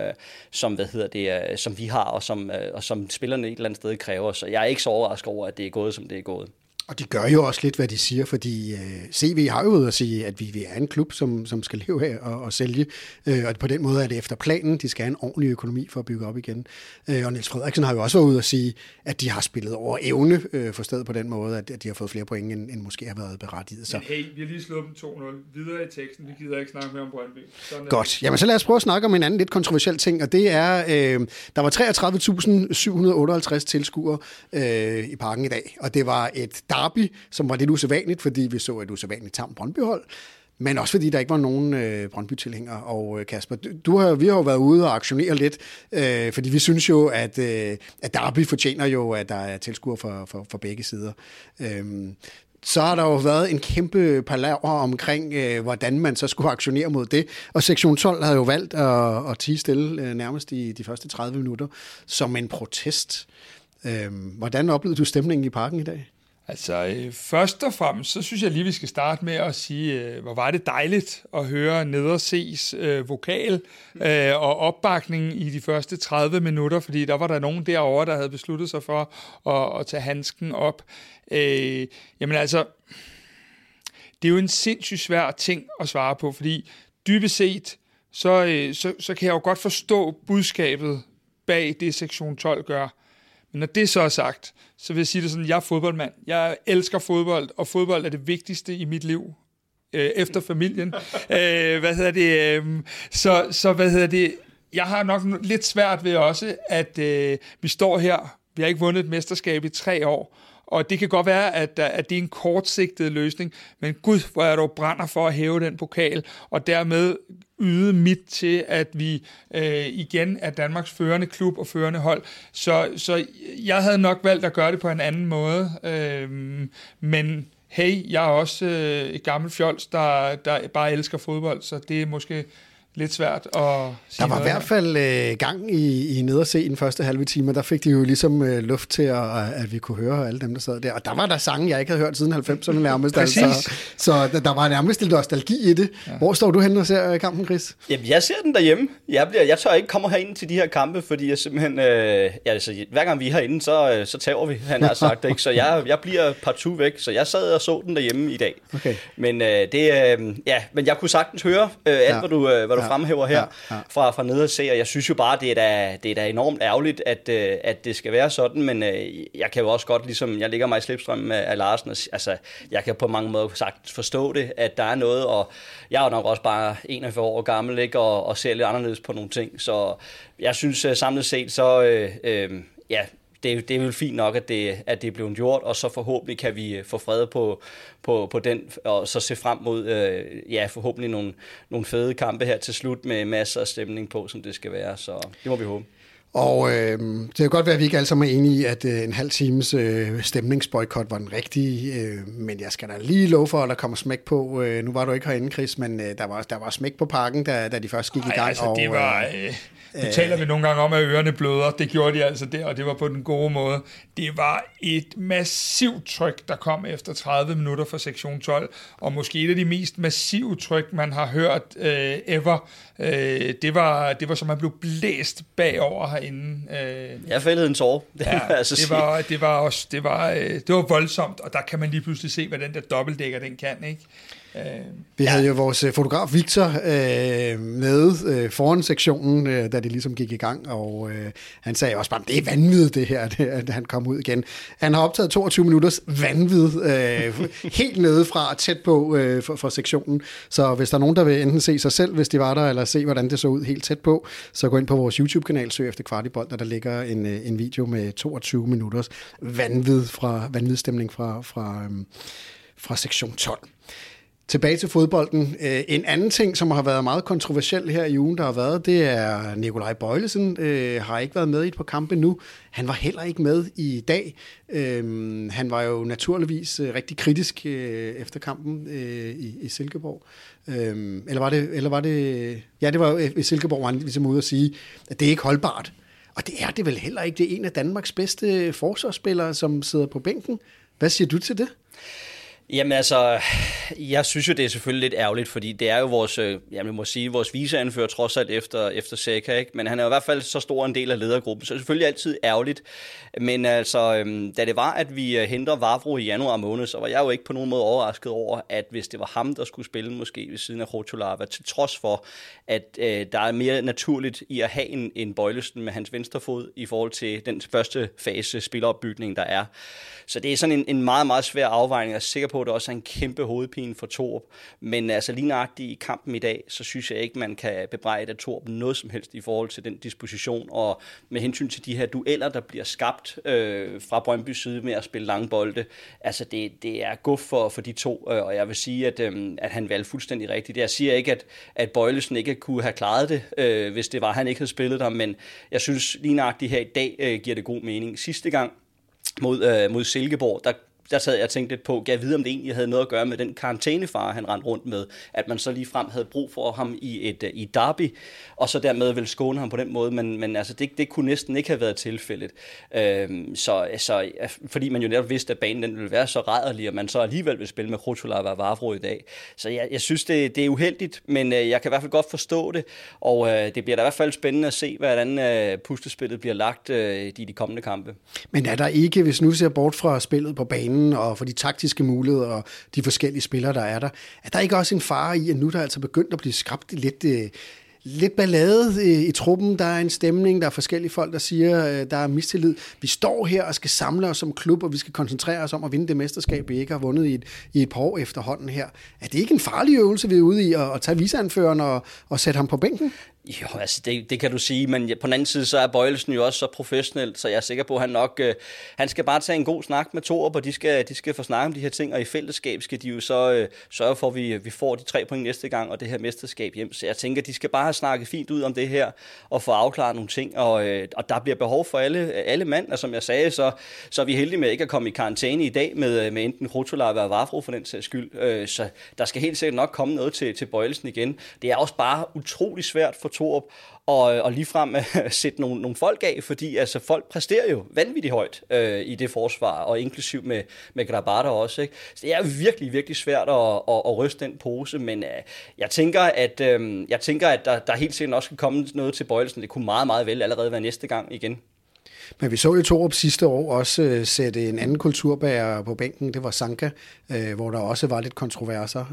som vi har, og som spillerne et eller andet sted kræver. Så jeg er ikke så overrasket over, at det er gået, som det er gået. Og de gør jo også lidt, hvad de siger, fordi CV har jo ude at sige, at vi er en klub, som skal leve af og sælge, og på den måde er det efter planen. De skal have en ordentlig økonomi for at bygge op igen. Og Niels Frederiksen har jo også været ude at sige, at de har spillet over evne, forstået på den måde, at de har fået flere point, end måske har været berettiget. Så. Men hey, vi har lige slået dem 2-0. Videre i teksten, vi gider ikke snakke mere om Brøndby. Godt. Jamen så lad os prøve at snakke om en anden lidt kontroversiel ting, og det er, der var 33.758 tilskuere i parken i dag, og det var et derby, som var lidt usædvanligt, fordi vi så et usædvanligt tamt Brøndby-hold, men også fordi der ikke var nogen Brøndby-tilhængere. Og Kasper, vi har jo været ude og aktionere lidt, fordi vi synes jo, at derby fortjener jo, at der er tilskuere for begge sider. Så har der jo været en kæmpe palaver omkring, hvordan man så skulle aktionere mod det. Og sektion 12 havde jo valgt at tie stille nærmest i de første 30 minutter som en protest. Hvordan oplevede du stemningen i parken i dag? Altså, først og fremmest, så synes jeg lige, vi skal starte med at sige, hvor var det dejligt at høre Nederses vokal og opbakning i de første 30 minutter, fordi der var der nogen derovre, der havde besluttet sig for at tage handsken op. Jamen altså, det er jo en sindssygt svær ting at svare på, fordi dybest set, så kan jeg jo godt forstå budskabet bag det, sektion 12 gør. Men når det så er sagt, så vil jeg sige det sådan, jeg er fodboldmand. Jeg elsker fodbold, og fodbold er det vigtigste i mit liv. Efter familien. Jeg har nok lidt svært ved også, at vi står her. Vi har ikke vundet et mesterskab i 3 år. Og det kan godt være, at det er en kortsigtet løsning, men gud, hvor jeg dog brænder for at hæve den pokal, og dermed yde mit til, at vi igen er Danmarks førende klub og førende hold. Så jeg havde nok valgt at gøre det på en anden måde, men hey, jeg er også et gammelt fjols, der bare elsker fodbold, så det er måske lidt svært at sige. Der var i hvert fald gang i Nederse i den første halve time, der fik de jo ligesom luft til, at vi kunne høre alle dem, der sad der. Og der var der sange, jeg ikke havde hørt siden 90'erne nærmest. Altså. Så der var nærmest lidt nostalgi i det. Ja. Hvor står du henne og ser kampen, Chris? Jamen, jeg ser den derhjemme. Jeg tør ikke komme herind til de her kampe, fordi jeg simpelthen... hver gang vi er herinde, så tager vi, han har sagt. Ikke? Så jeg bliver partout væk, så jeg sad og så den derhjemme i dag. Okay. Men men jeg kunne sagtens høre alt, hvad du fremhæver her fra Nederse, og jeg synes jo bare, det er da enormt ærgerligt, at det skal være sådan, men jeg kan jo også godt, ligesom jeg ligger mig i slipstrømmen af Larsen, altså jeg kan på mange måder sagtens forstå det, at der er noget, og jeg er jo nok også bare 41 år gammel, ikke, og ser lidt anderledes på nogle ting, så jeg synes samlet set, så det er vel fint nok, at det er blevet gjort, og så forhåbentlig kan vi få fred på den, og så se frem mod forhåbentlig nogle fede kampe her til slut med masser af stemning på, som det skal være, så det må vi håbe. Og det kan godt være, at vi ikke alle sammen er enige i, at en halv times stemningsboykot var den rigtige, men jeg skal da lige love for, at der kommer smæk på. Nu var du ikke herinde, Chris, men der var smæk på parken, da de først gik i gang. Altså, det var... Nu taler vi nogle gange om, at ørerne bløder. Det gjorde de altså der, og det var på den gode måde. Det var et massivt tryk, der kom efter 30 minutter fra sektion 12, og måske et af de mest massive tryk, man har hørt ever. Det var som man blev blæst bagover herinde. Jeg fældede en tåre. Det var voldsomt, og der kan man lige pludselig se, hvad den der dobbeltdækker, den kan, ikke? Vi havde jo vores fotograf Victor med foran sektionen, da det ligesom gik i gang, og han sagde også bare, det er vanvittigt det her, at han kom ud igen. Han har optaget 22 minutters vanvid, helt nede fra tæt på for sektionen, så hvis der er nogen, der vil enten se sig selv, hvis de var der, eller se, hvordan det så ud helt tæt på, så gå ind på vores YouTube-kanal, søg efter Kvartibold, og der ligger en video med 22 minutters vanvidstemning fra sektion 12. Tilbage til fodbolden. En anden ting, som har været meget kontroversiel her i ugen, der har været, det er Nikolaj Boilesen. Har ikke været med i et par kampe nu. Han var heller ikke med i dag. Han var jo naturligvis rigtig kritisk efter kampen i Silkeborg. Eller var det... Ja, det var jo i Silkeborg, hvor han ligesom ude at sige, at det er ikke holdbart. Og det er det vel heller ikke. Det er en af Danmarks bedste forsvarsspillere, som sidder på bænken. Hvad siger du til det? Jamen altså, jeg synes jo, det er selvfølgelig lidt ærgerligt, fordi det er jo vores, vores viceanfører trods alt efter Seca, ikke? Men han er jo i hvert fald så stor en del af ledergruppen, så det er selvfølgelig altid ærgerligt. Men altså, da det var, at vi henter Vavro i januar måned, så var jeg jo ikke på nogen måde overrasket over, at hvis det var ham, der skulle spille måske ved siden af Rotolava, til trods for, at der er mere naturligt i at have en Boilesen med hans venstre fod i forhold til den første fase spilleropbygning, der er. Så det er sådan en meget, meget svær afvejning. Jeg er sikker på, at det også er en kæmpe hovedpine for Thorup. Men altså lige nøjagtigt i kampen i dag, så synes jeg ikke, man kan bebrejde Thorup noget som helst i forhold til den disposition. Og med hensyn til de her dueller, der bliver skabt fra Brøndbys side med at spille lange bolde. Altså det er guf for de to, og jeg vil sige, at han valgte fuldstændig rigtigt. Jeg siger ikke, at Boilesen ikke kunne have klaret det, hvis det var, han ikke havde spillet der. Men jeg synes lige nøjagtigt her i dag giver det god mening. Sidste gang mod Silkeborg, der sad jeg og tænkte lidt på, gav jeg vide, om det egentlig havde noget at gøre med den karantænefare, han rendte rundt med, at man så lige frem havde brug for ham i derby, og så dermed ville skåne ham på den måde, men altså det kunne næsten ikke have været tilfældet. Så fordi man jo netop vidste, at banen den ville være så rædderlig, og man så alligevel vil spille med Rotolava og Vavro i dag. Så jeg synes, det er uheldigt, men jeg kan i hvert fald godt forstå det, og det bliver da i hvert fald spændende at se, hvordan puslespillet bliver lagt i de kommende kampe. Men er der ikke, hvis nu ser bort fra spillet på banen, og for de taktiske muligheder og de forskellige spillere, der er der ikke også en fare i, at nu der er altså begyndt at blive skabt lidt ballade i truppen, der er en stemning, der er forskellige folk, der siger, der er mistillid. Vi står her og skal samle os som klub, og vi skal koncentrere os om at vinde det mesterskab, vi ikke har vundet i et par år efterhånden her. Er det ikke en farlig øvelse, vi er ude i, at tage viceanføreren og sætte ham på bænken? Jo, altså det kan du sige, men på den anden side, så er Boilesen jo også så professionel, så jeg er sikker på, at han skal bare tage en god snak med Thorup, og de skal få snakket om de her ting, og i fællesskab skal de jo så sørge for, at vi får de 3 point næste gang, og det her mesterskab hjem. Så jeg tænker, de skal bare have snakket fint ud om det her, og få afklaret nogle ting, og der bliver behov for alle mand, og som jeg sagde, så er vi heldige med ikke at komme i karantæne i dag med enten Rotolava og Vavro for den sags skyld, så der skal helt sikkert nok komme noget til Boilesen igen. Det er også bare utrolig svært for Thorup og ligefrem sætte nogle folk af, fordi altså folk præsterer jo vanvittigt højt i det forsvar, og inklusiv med Grabara også, ikke? Så det er virkelig, virkelig svært at ryste den pose, men jeg tænker, at der helt sikkert også skal komme noget til Boilesen. Det kunne meget, meget vel allerede være næste gang igen. Men vi så jo Thorup sidste år også sætte en anden kulturbærer på bænken, det var Sanka, hvor der også var lidt kontroverser.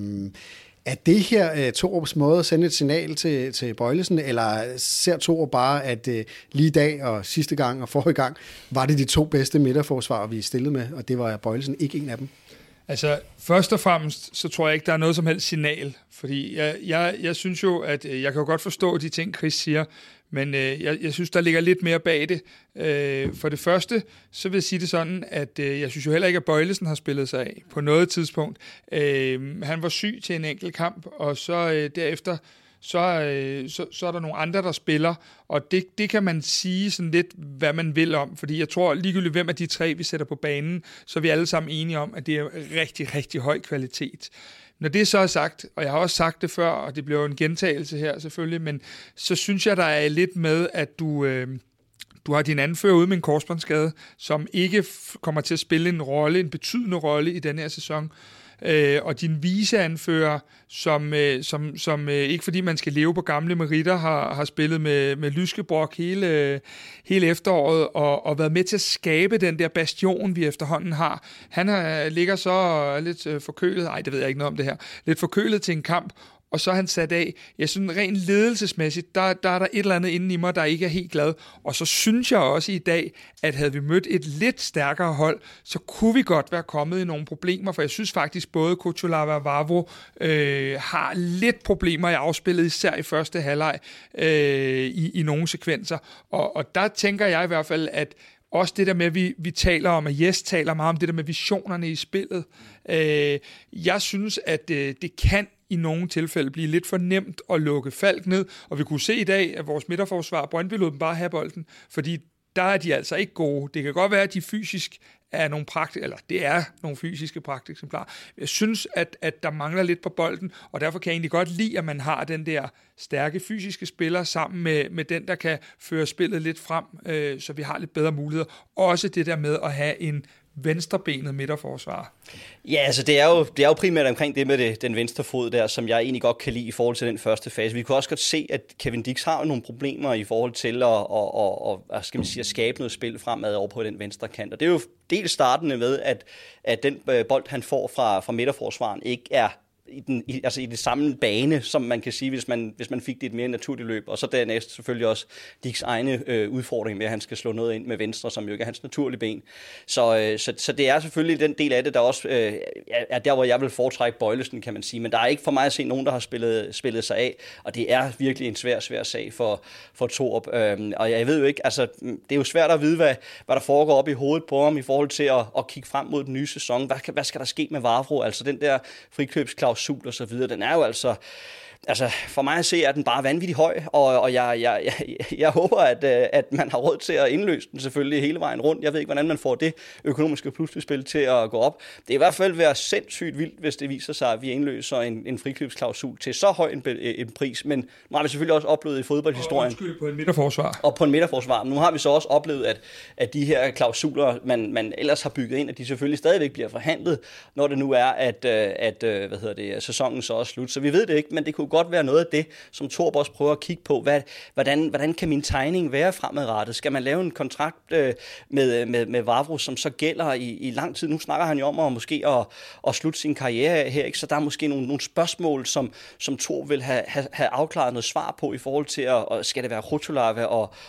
Er det her Thorups måde at sende et signal til Boilesen, eller ser Thorup bare, at lige i dag og sidste gang og forrige gang, var det de 2 bedste midterforsvarer, vi stillede med, og det var Boilesen ikke en af dem? Altså, først og fremmest, så tror jeg ikke, der er noget som helst signal, fordi jeg synes jo, at jeg kan jo godt forstå de ting, Chris siger, men jeg synes, der ligger lidt mere bag det. For det første, så vil jeg sige det sådan, at jeg synes jo heller ikke, at Boilesen har spillet sig af på noget tidspunkt. Han var syg til en enkelt kamp, og så derefter, så er der nogle andre, der spiller, og det kan man sige sådan lidt, hvad man vil om, fordi jeg tror ligegyldigt, hvem af de 3, vi sætter på banen, så er vi alle sammen enige om, at det er rigtig, rigtig høj kvalitet. Når det så er sagt, og jeg har også sagt det før, og det bliver jo en gentagelse her selvfølgelig, men så synes jeg, der er lidt med, at du har din anfører ude med en korsbåndsskade, som ikke kommer til at spille en betydende rolle i den her sæson. og din viceanfører, som ikke fordi man skal leve på gamle meritter, har spillet med Lyskebrok hele efteråret, og været med til at skabe den der bastion, vi efterhånden har. Han ligger så lidt forkølet, det ved jeg ikke noget om det her, lidt forkølet til en kamp, og så er han sat af. Jeg synes, rent ledelsesmæssigt, der er der et eller andet inde i mig, der ikke er helt glad. Og så synes jeg også i dag, at havde vi mødt et lidt stærkere hold, så kunne vi godt være kommet i nogle problemer, for jeg synes faktisk, både Kutsulava og Vavro har lidt problemer i afspillet, især i første halvleg i nogle sekvenser. Og der tænker jeg i hvert fald, at også det der med, at vi taler om, at Jes taler meget om det der med visionerne i spillet. Jeg synes, at det kan i nogle tilfælde blive lidt for nemt at lukke Falk ned, og vi kunne se i dag, at vores midterforsvar, Brøndby lod dem bare have bolden, fordi der er de altså ikke gode. Det kan godt være, at de fysisk er nogle fysiske pragteksemplarer. Jeg synes, at der mangler lidt på bolden, og derfor kan jeg egentlig godt lide, at man har den der stærke fysiske spiller sammen med den, der kan føre spillet lidt frem, så vi har lidt bedre muligheder. Også det der med at have en venstrebenet midterforsvar. Ja, altså det er jo primært omkring det med den venstre fod der, som jeg egentlig godt kan lide i forhold til den første fase. Vi kunne også godt se, at Kevin Dix har nogle problemer i forhold til at skabe noget spil fremad over på den venstre kant. Og det er jo dels startende med, at den bold, han får fra midterforsvaren, ikke er i det samme bane, som man kan sige, hvis man fik det et mere naturligt løb, og så dernæst selvfølgelig også Dicks egne udfordring med, at han skal slå noget ind med venstre, som jo ikke er hans naturlige ben. Så det er selvfølgelig den del af det, der også er der, hvor jeg vil foretrække Bøjlesen, kan man sige, men der er ikke for mig at se nogen, der har spillet sig af, og det er virkelig en svær sag for Thorup, og jeg ved jo ikke, altså det er jo svært at vide, hvad der foregår op i hovedet på ham i forhold til at kigge frem mod den nye sæson. Hvad skal der ske med Vavro? Altså den der frikøbsklausul og så videre, den er jo altså for mig at se, er den bare vanvittigt høj, og jeg håber, at man har råd til at indløse den selvfølgelig hele vejen rundt. Jeg ved ikke, hvordan man får det økonomiske pludselig til at gå op. Det er i hvert fald være sindssygt vildt, hvis det viser sig, at vi indløser en frikøbsklausul til så høj en pris, men nu har vi selvfølgelig også oplevet i fodboldhistorien. Og på en midterforsvar. Og på en midterforsvar. Nu har vi så også oplevet, at de her klausuler, man ellers har bygget ind, at de selvfølgelig stadigvæk bliver forhandlet, når det nu er, at sæsonen så er slut. Så vi ved det ikke, men det kunne godt være noget af det, som Thorup også prøver at kigge på. Hvordan kan min tegning være fremadrettet? Skal man lave en kontrakt med Vavro, som så gælder i lang tid? Nu snakker han jo om at måske at slutte sin karriere her, ikke? Så der er måske nogle spørgsmål, som Thorup vil have afklaret noget svar på i forhold til, skal det være Kutsulava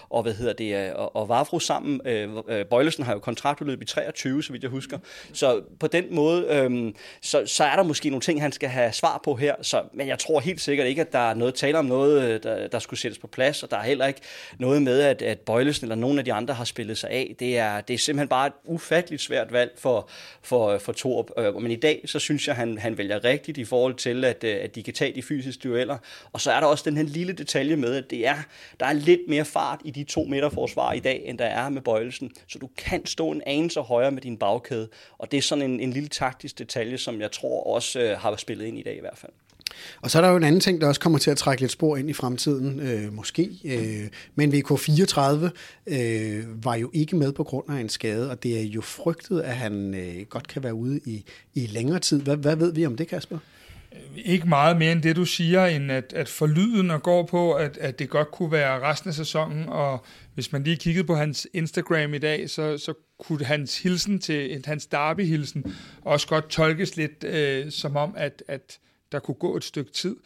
og Vavro sammen? Bøjlesen har jo kontraktudløb i 23, så vidt jeg husker. Så på den måde, så er der måske nogle ting, han skal have svar på her. Men jeg tror helt sikkert ikke, at der er noget tale om noget, der skulle sættes på plads, og der er heller ikke noget med, at Bøjlesen eller nogen af de andre har spillet sig af. Det er simpelthen bare et ufatteligt svært valg for Thorup. Men i dag, så synes jeg, han vælger rigtigt i forhold til, at de kan tage de fysiske dueller. Og så er der også den her lille detalje med, at der er lidt mere fart i de 2 midterforsvar i dag, end der er med Bøjlesen. Så du kan stå en anelse højere med din bagkæde. Og det er sådan en lille taktisk detalje, som jeg tror også har spillet ind i dag i hvert fald. Og så er der jo en anden ting, der også kommer til at trække lidt spor ind i fremtiden, måske. Men VK34 var jo ikke med på grund af en skade, og det er jo frygtet, at han godt kan være ude i længere tid. Hvad ved vi om det, Kasper? Ikke meget mere end det, du siger, end at forlyden og går på, at det godt kunne være resten af sæsonen, og hvis man lige kiggede på hans Instagram i dag, så kunne hans hilsen hans derby-hilsen også godt tolkes lidt som om, at der kunne gå et stykke tid.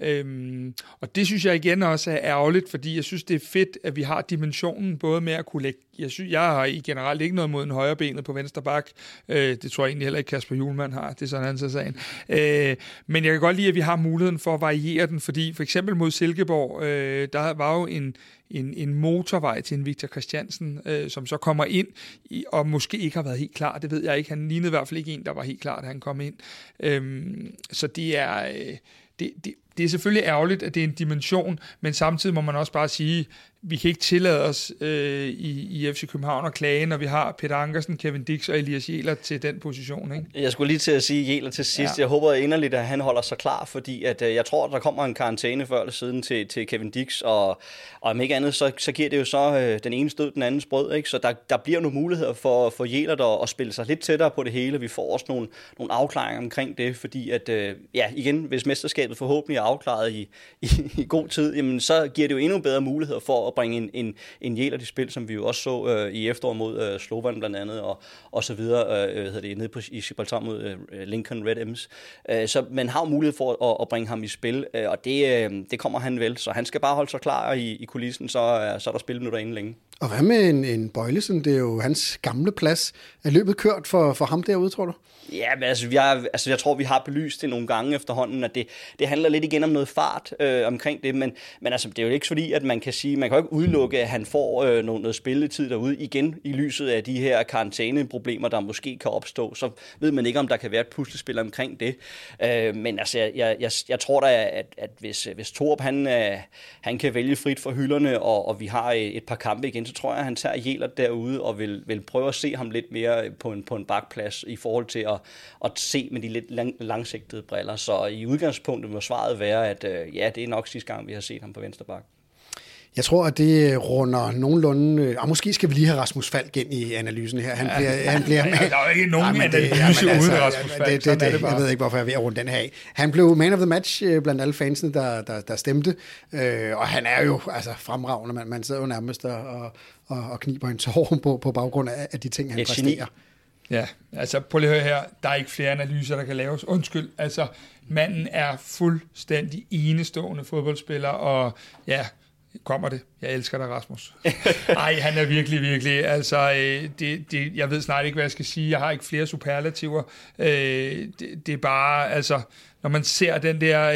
Og det synes jeg igen også er ærgerligt, fordi jeg synes, det er fedt, at vi har dimensionen både med at kunne lægge. Jeg har i generelt ikke noget mod en højrebenet på venstre bak. Det tror jeg egentlig heller ikke Kasper Hjulmand har. Det er sådan han så sagen. Men jeg kan godt lide, at vi har muligheden for at variere den, fordi for eksempel mod Silkeborg, der var jo en motorvej til en Victor Christiansen, som så kommer ind og måske ikke har været helt klar. Det ved jeg ikke. Han lignede i hvert fald ikke en, der var helt klar, da han kom ind. Så det er... det er selvfølgelig ærgerligt, at det er en dimension, men samtidig må man også bare sige, vi kan ikke tillade os i FC København at klage, når vi har Peter Ankersen, Kevin Dix og Elias Jæler til den position. Ikke? Jeg skulle lige til at sige Jæler til sidst. Ja. Jeg håber inderligt, at han holder sig klar, fordi at, jeg tror, at der kommer en karantæne før eller siden til Kevin Dix, og om ikke andet, så giver det jo så den ene stød, den andens brød. Ikke? Så der bliver nogle muligheder for Jæler der at spille sig lidt tættere på det hele. Vi får også nogle afklaringer omkring det, fordi at, igen, hvis mesterskabet forhåbentlig er afklaret i god tid, jamen, så giver det jo endnu bedre muligheder for at bringe en Jæler i spil, som vi jo også så i efteråret mod Slovan blandt andet, og så videre, nede i Gibraltar mod Lincoln Red M's. Så man har jo mulighed for at bringe ham i spil, og det kommer han vel, så han skal bare holde sig klar i kulissen, så er der spilminutter inden længe. Og hvad med en Bøjlesen? Det er jo hans gamle plads. Er løbet kørt for ham derude, tror du? Ja, men jeg tror, vi har belyst det nogle gange efterhånden, at det handler lidt igen om noget fart omkring det, men altså, det er jo ikke fordi, at man kan sige, man kan jo ikke udelukke, at han får noget spilletid derude igen i lyset af de her karantæneproblemer, der måske kan opstå. Så ved man ikke, om der kan være et puslespil omkring det. Men altså, jeg tror da, at hvis Thorup, han kan vælge frit fra hylderne, og vi har et par kampe igen, så tror jeg, at han tager Jæler derude og vil prøve at se ham lidt mere på en bakplads i forhold til at se med de lidt langsigtede briller. Så i udgangspunktet må svaret være, at det er nok sidste gang, vi har set ham på venstre bak. Jeg tror, at det runder nogenlunde... måske skal vi lige have Rasmus Falk ind i analysen her. Han bliver med. Der er jo ikke nogen analyse uden Rasmus Falk. Jeg ved ikke, hvorfor jeg er ved at runde den her af. Han blev man of the match blandt alle fansene, der stemte. Og han er jo fremragende. Man sidder jo nærmest og kniber en tår på baggrund af de ting, han præsterer. Ja, altså prøv lige at høre her. Der er ikke flere analyser, der kan laves. Undskyld, altså manden er fuldstændig enestående fodboldspiller, og ja, kommer det. Jeg elsker dig, Rasmus. Ej, han er virkelig, virkelig. Altså, jeg ved snart ikke, hvad jeg skal sige. Jeg har ikke flere superlativer. Det er bare, altså, når man ser den der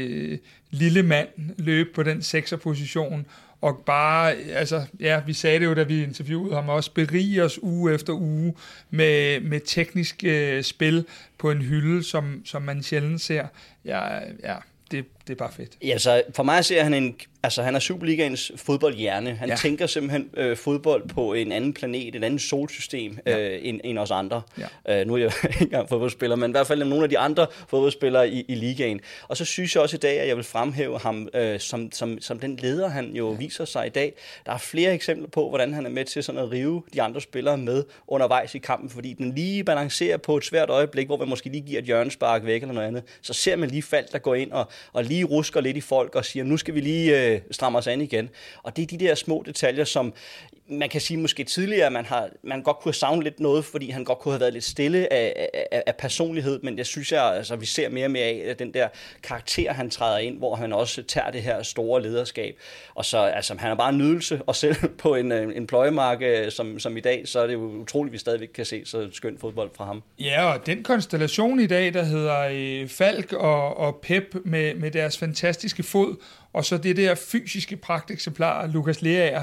lille mand løbe på den 6'er-position, og bare, altså, ja, vi sagde det jo, da vi interviewede ham også, berige os uge efter uge med teknisk spil på en hylde, som man sjældent ser. Ja, det er bare fedt. Ja, så for mig ser han han er Superligaens fodboldhjerne. Han tænker simpelthen fodbold på en anden planet, et andet solsystem end os andre. Ja. Nu er jeg ikke engang fodboldspiller, men i hvert fald nogle af de andre fodboldspillere i ligaen. Og så synes jeg også i dag, at jeg vil fremhæve ham som den leder, han jo viser sig i dag. Der er flere eksempler på, hvordan han er med til sådan at rive de andre spillere med undervejs i kampen, fordi den lige balancerer på et svært øjeblik, hvor man måske lige giver et hjørnespark væk eller noget andet. Så ser man lige Falk, der går ind og lige rusker lidt i folk og siger, nu skal vi lige stramme os an igen. Og det er de der små detaljer, som man kan sige måske tidligere, man godt kunne have savnet lidt noget, fordi han godt kunne have været lidt stille af personlighed, men jeg synes, vi ser mere og mere af den der karakter, han træder ind, hvor han også tager det her store lederskab. Og så, han er bare en nydelse, og selv på en pløjemark som i dag, så er det jo utroligt, at vi stadigvæk kan se så skønt fodbold fra ham. Ja, og den konstellation i dag, der hedder Falk og Pep med deres fantastiske fod, og så det der fysiske pragteksemplar, Lukas Leaer,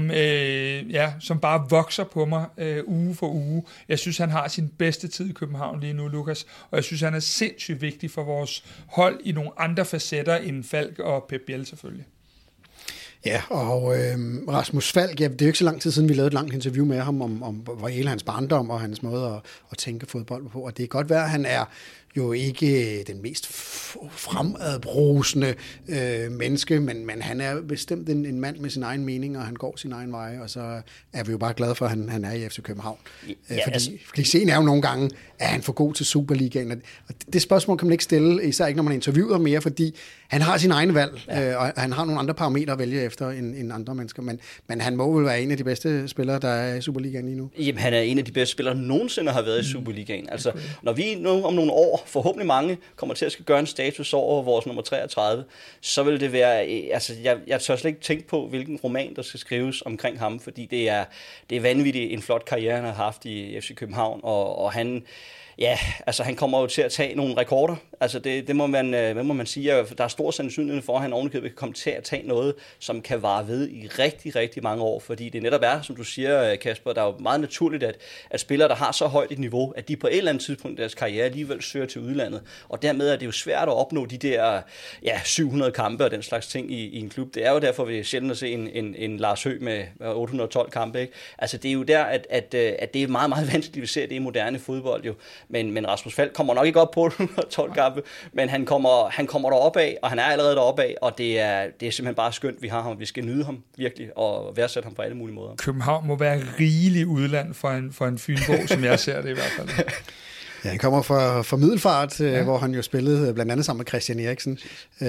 som bare vokser på mig uge for uge. Jeg synes, han har sin bedste tid i København lige nu, Lukas, og jeg synes, han er sindssygt vigtig for vores hold i nogle andre facetter end Falk og Pep Biel selvfølgelig. Ja, og Rasmus Falk, det er jo ikke så lang tid siden, vi lavede et langt interview med ham om hele hans barndom og hans måde at tænke fodbold på, og det kan godt være, at han er jo ikke den mest fremadbrusende menneske, men han er bestemt en mand med sin egen mening, og han går sin egen vej, og så er vi jo bare glade for, at han er i FC København. Fordi klichéen er jo nogle gange, at han for god til Superligaen, og det spørgsmål kan man ikke stille, især ikke når man interviewer mere, fordi han har sin egen valg, og han har nogle andre parametre at vælge efter end andre mennesker, men han må vel være en af de bedste spillere, der er i Superligaen lige nu. Jamen, han er en af de bedste spillere, der nogensinde har været i Superligaen. Altså, når vi nu om nogle år, forhåbentlig mange, kommer til at skal gøre en status over vores nummer 33, så vil det være, jeg tør slet ikke tænke på, hvilken roman, der skal skrives omkring ham, fordi det er vanvittigt en flot karriere, han har haft i FC København, og han Ja, altså han kommer jo til at tage nogle rekorder. Altså det må man sige. Der er stor sandsynlighed for, at han ovenikøbet kan komme til at tage noget, som kan vare ved i rigtig, rigtig mange år. Fordi det netop er, som du siger, Kasper, der er jo meget naturligt, at spillere, der har så højt et niveau, at de på et eller andet tidspunkt i deres karriere alligevel søger til udlandet. Og dermed er det jo svært at opnå de der 700 kampe og den slags ting i en klub. Det er jo derfor, vi sjældent at se en Lars Høgh med 812 kampe. Ikke? Altså det er jo der, at det er meget, meget vanskeligt, vi ser det i moderne fodbold jo. Men Rasmus Falk kommer nok ikke op på 812 kampe, men han kommer deroppe af, og han er allerede deroppe af, og det er simpelthen bare skønt, vi har ham. Vi skal nyde ham virkelig, og værdsætte ham på alle mulige måder. København må være rigelig udland for en Fynbo, som jeg ser det i hvert fald. Ja, han kommer fra Middelfart, hvor han jo spillede blandt andet sammen med Christian Eriksen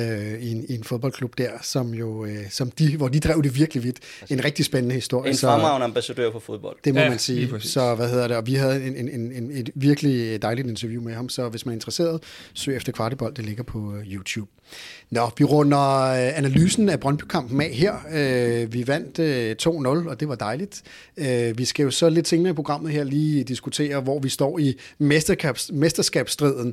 i en fodboldklub der, hvor de drev det virkelig vidt. En rigtig spændende historie. En fremragende ambassadør for fodbold. Det må man sige. Så og vi havde et virkelig dejligt interview med ham, så hvis man er interesseret, søg efter Kvartibold, det ligger på YouTube. Nå, vi runder analysen af Brøndby-kampen af her. Vi vandt 2-0, og det var dejligt. Vi skal jo så lidt senere i programmet her lige diskutere, hvor vi står i mesterskabsstriden.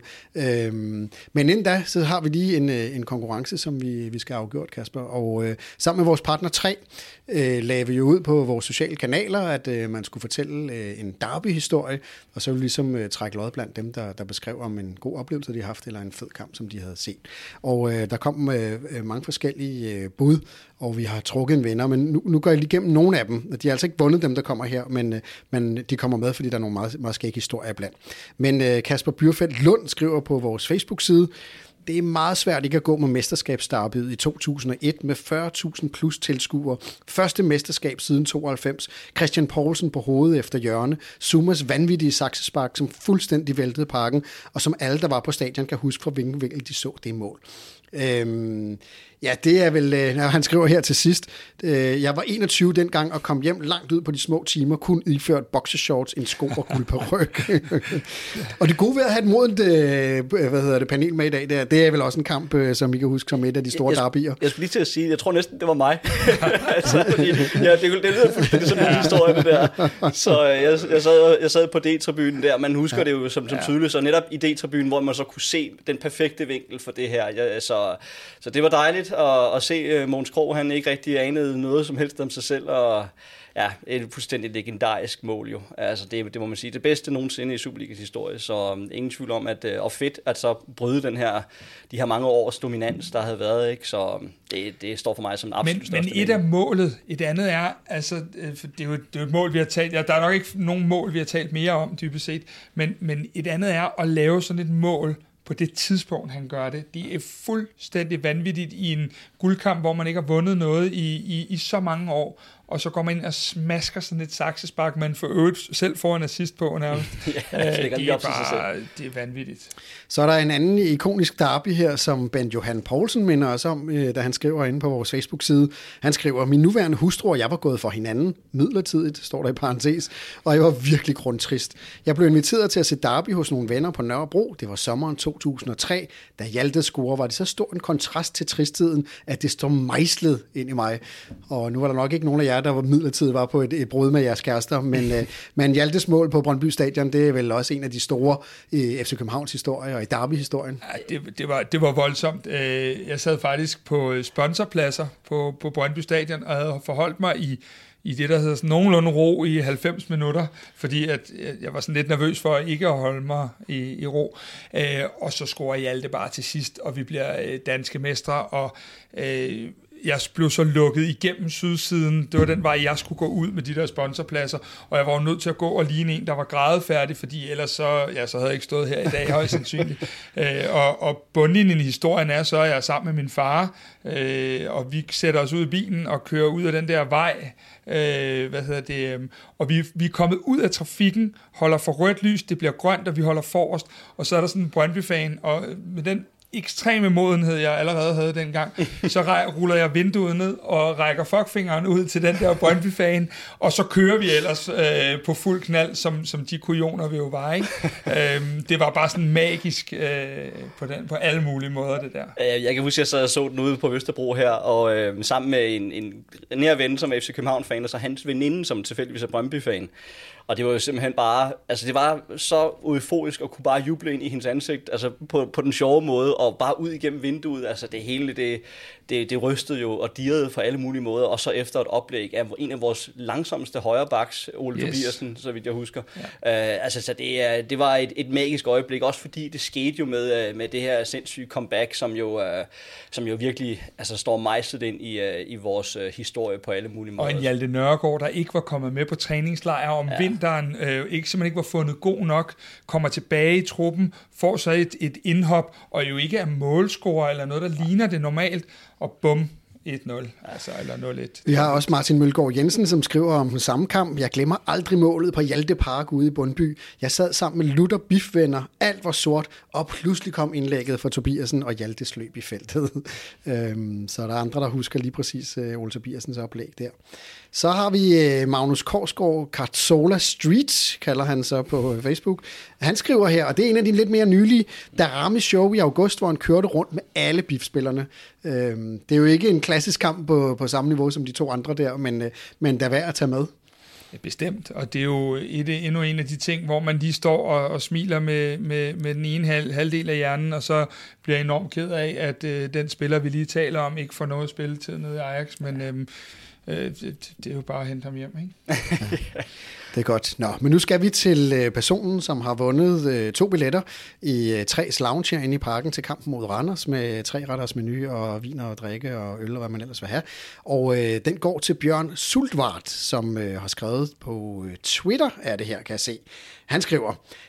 Men inden da, så har vi lige en konkurrence, som vi skal have afgjort, Kasper. Og sammen med vores partner 3 lagde vi jo ud på vores sociale kanaler, at man skulle fortælle en derby-historie, og så ville vi ligesom trække lod blandt dem, der beskrev om en god oplevelse, de har haft, eller en fed kamp, som de havde set. Og der kom mange forskellige bud, og vi har trukket en vinder, men nu går jeg lige igennem nogle af dem. De har altså ikke vundet dem, der kommer her, men de kommer med, fordi der er nogle meget, meget skægge historier blandt. Men Kasper Byrfeldt Lund skriver på vores Facebook-side, det er meget svært ikke at gå med mesterskabsderbyet i 2001 med 40.000 plus tilskuere. Første mesterskab siden 92. Christian Poulsen på hovedet efter hjørne. Sumas vanvittige saksespark, som fuldstændig væltede parken, og som alle, der var på stadion, kan huske fra hvilken vinkel de så det mål. Ja, det er vel, han skriver her til sidst, jeg var 21 dengang og kom hjem langt ud på de små timer, kun iført boxershorts, en sko og guldparyk. Og det gode ved at have et modent panel med i dag, det er vel også en kamp, som I kan huske som et af de store derbyer. Jeg skulle lige til at sige, jeg tror næsten, det var mig. Altså, det lyder fuldstændig sådan en historie, det der. Så jeg sad på D-tribunen der, man husker det jo som tydeligt, så netop i D-tribunen, hvor man så kunne se den perfekte vinkel for det her. Så det var dejligt at se Mogens Krogh, han ikke rigtig anede noget som helst om sig selv, og ja, et fuldstændig legendarisk mål jo. Altså det må man sige, det bedste nogensinde i Superligas historie, så ingen tvivl om, og fedt at så bryde de her mange års dominans, der havde været, ikke? Så det står for mig som absolut største. Men et af målet, et andet er, altså, det er jo et mål, vi har talt, der er nok ikke nogen mål, vi har talt mere om, dybest set, men et andet er at lave sådan et mål, på det tidspunkt, han gør det. Det er fuldstændig vanvittigt i en guldkamp, hvor man ikke har vundet noget i så mange år, og så går man ind og smasker sådan et saksespark, man for øvrigt selv får en assist på nærmest. Det er vanvittigt. Så er der en anden ikonisk derby her, som Bent Johan Poulsen minder os om, da han skriver inde på vores Facebook-side. Han skriver, min nuværende hustru og jeg var gået for hinanden, midlertidigt, står der i parentes, og jeg var virkelig grundtrist. Jeg blev inviteret til at se derby hos nogle venner på Nørrebro. Det var sommeren 2003. Da Hjalte scorer, var det så stor en kontrast til tristheden, at det står mejslet ind i mig. Og nu var der nok ikke nogen af jer, der var midlertidigt var på et brud med jeres kærester, men Hjaltes mål på Brøndby Stadion, det er vel også en af de store FC Københavns historier og i derby-historien. Ja, det var voldsomt. Jeg sad faktisk på sponsorpladser på Brøndby Stadion og havde forholdt mig i det, der hedder sådan nogenlunde ro i 90 minutter, fordi at jeg var sådan lidt nervøs for ikke at holde mig i ro. Og så scorer Hjalte bare til sidst, og vi bliver danske mestre, og jeg blev så lukket igennem sydsiden. Det var den vej, jeg skulle gå ud med de der sponsorpladser, og jeg var nødt til at gå og ligne en, der var grædefærdig, fordi ellers så havde jeg ikke stået her i dag, højst sandsynligt. Og bundlinjen i historien er så, at jeg er sammen med min far, og vi sætter os ud i bilen og kører ud af den der vej, og vi er kommet ud af trafikken, holder for rødt lys, det bliver grønt, og vi holder forrest, og så er der sådan en Brøndby-fan, og med den ekstreme modenhed, jeg allerede havde dengang, så ruller jeg vinduet ned og rækker fuckfingeren ud til den der Brøndby-fan, og så kører vi ellers på fuld knald, som de kujoner vi jo var, ikke? Det var bare sådan magisk på alle mulige måder, det der. Jeg kan huske, at jeg sad og så den ude på Østerbro her, og sammen med en nær ven som FC København-fan, og så hans veninde, som tilfældigvis er Brøndby-fan. Og det var jo simpelthen bare, altså det var så euforisk at kunne bare juble ind i hendes ansigt, altså på den sjove måde, og bare ud igennem vinduet, altså det hele, det rystede jo og dirrede på alle mulige måder, og så efter et oplæg af en af vores langsomste højrebacks, Ole Tobiasen, så vidt jeg husker. Ja. Så det var et magisk øjeblik, også fordi det skete jo med det her sindssyge comeback, som jo virkelig altså, står mejslet ind i vores historie på alle mulige måder. Og en Hjalte Nørgaard, der ikke var kommet med på træningslejr om vinteren, simpelthen ikke var fundet god nok, kommer tilbage i truppen, får så et indhop, og jo ikke er målscorer eller noget, der ligner det normalt, og bum, 1-0, altså, eller 0-1. Vi har også Martin Mølgaard Jensen, som skriver om den samme kamp. Jeg glemmer aldrig målet på Hjalte Park ude i Bundby. Jeg sad sammen med Luther Bifvenner. Alt var sort, og pludselig kom indlægget fra Tobiasen, og Hjaltes løb i feltet. Så der er andre, der husker lige præcis Ole Tobiasens oplæg der. Så har vi Magnus Korsgaard, Cazzola Street, kalder han så på Facebook. Han skriver her, og det er en af de lidt mere nylige, der ramte show i august, hvor han kørte rundt med alle BIF-spillerne. Det er jo ikke en klassisk kamp på samme niveau som de to andre der, men der er værd at tage med. Bestemt, og det er jo endnu en af de ting, hvor man lige står og smiler med den ene halvdel af hjernen, og så bliver enormt ked af, at den spiller, vi lige taler om, ikke får noget spilletid nede i Ajax, men det er jo bare at hente ham hjem, ikke? Det er godt. Nå, men nu skal vi til personen, som har vundet 2 billetter i 3 lounge herinde i parken til kampen mod Randers med 3-retters menu og vin og drikke og øl og hvad man ellers vil have. Og den går til Bjørn Sultvart, som har skrevet på Twitter, er det her, kan jeg se. Han skriver,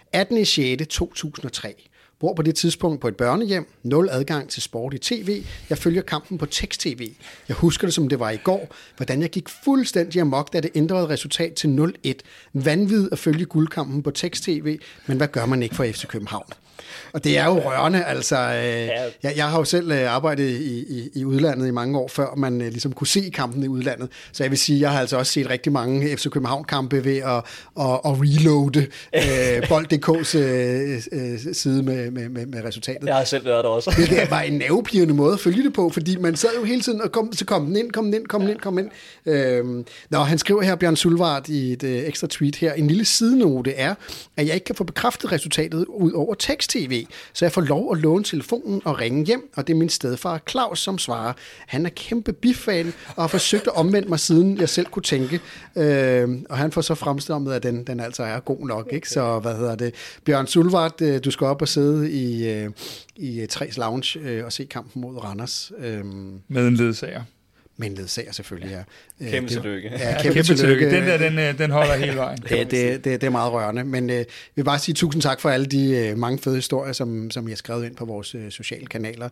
18.6.2003. Bor på det tidspunkt på et børnehjem, 0 adgang til sport i tv. Jeg følger kampen på tekst-tv. Jeg husker det, som det var i går, hvordan jeg gik fuldstændig amok, da det ændrede resultat til 0-1. Vanvid at følge guldkampen på tekst-tv, men hvad gør man ikke for FC København? Og det er jo rørende, altså. Jeg har jo selv arbejdet i udlandet i mange år, før man ligesom kunne se kampen i udlandet. Så jeg vil sige, jeg har altså også set rigtig mange FC København-kampe ved at reloade Bold.dk's side med resultatet. Jeg har selv været der også. Det var en nervepirrende måde at følge det på, fordi man sad jo hele tiden og kom ind. Nå, han skriver her, Bjørn Sulvart, i et ekstra tweet her, en lille sidenote er, at jeg ikke kan få bekræftet resultatet ud over tekst-tv, så jeg får lov at låne telefonen og ringe hjem, og det er min stedfar Claus, som svarer. Han er kæmpe BIF-fan og har forsøgt at omvende mig, siden jeg selv kunne tænke. Og han får så fremstillet, at den altså er god nok, ikke? Så Bjørn Sulvart, du skal op og sidde i 3 lounge og se kampen mod Randers. Med en ledsager. Men ledsager selvfølgelig, ja. Kæmpe tillykke. Ja, kæmpe tillykke. Den holder hele vejen. Det er meget rørende. Men jeg vil bare sige tusind tak for alle de mange fede historier, som I har skrevet ind på vores sociale kanaler.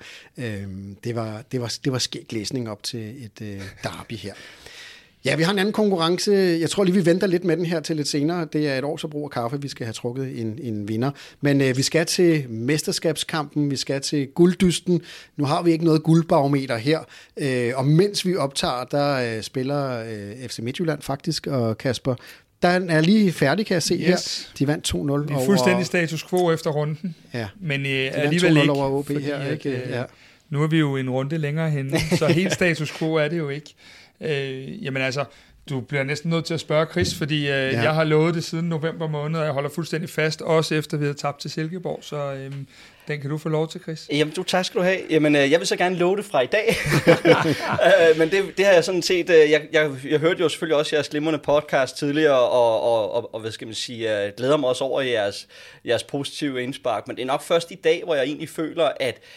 Det var skæg læsning op til et derby her. Ja, vi har en anden konkurrence. Jeg tror lige, vi venter lidt med den her til lidt senere. Det er et års forbrug af kaffe. Vi skal have trukket en vinder. Men vi skal til mesterskabskampen. Vi skal til gulddysten. Nu har vi ikke noget guldbarometer her. Og mens vi optager, der spiller FC Midtjylland faktisk. Og Kasper, der er lige færdig, kan jeg se her. De vandt 2-0 over... Det er fuldstændig status quo efter runden. Ja. Men alligevel ikke. Over OB her, ikke? Ja. Nu er vi jo en runde længere henne, så helt status quo er det jo ikke. Jamen altså, du bliver næsten nødt til at spørge Chris, fordi jeg har lovet det siden november måned, og jeg holder fuldstændig fast, også efter vi har tabt til Silkeborg, så den kan du få lov til, Chris. Jamen, tak skal du have. Jamen, jeg vil så gerne love det fra i dag. Men det har jeg sådan set... Jeg hørte jo selvfølgelig også jeres glimrende podcast tidligere, og hvad skal man sige, jeg glæder mig også over jeres positive indspark, men det er nok først i dag, hvor jeg egentlig føler,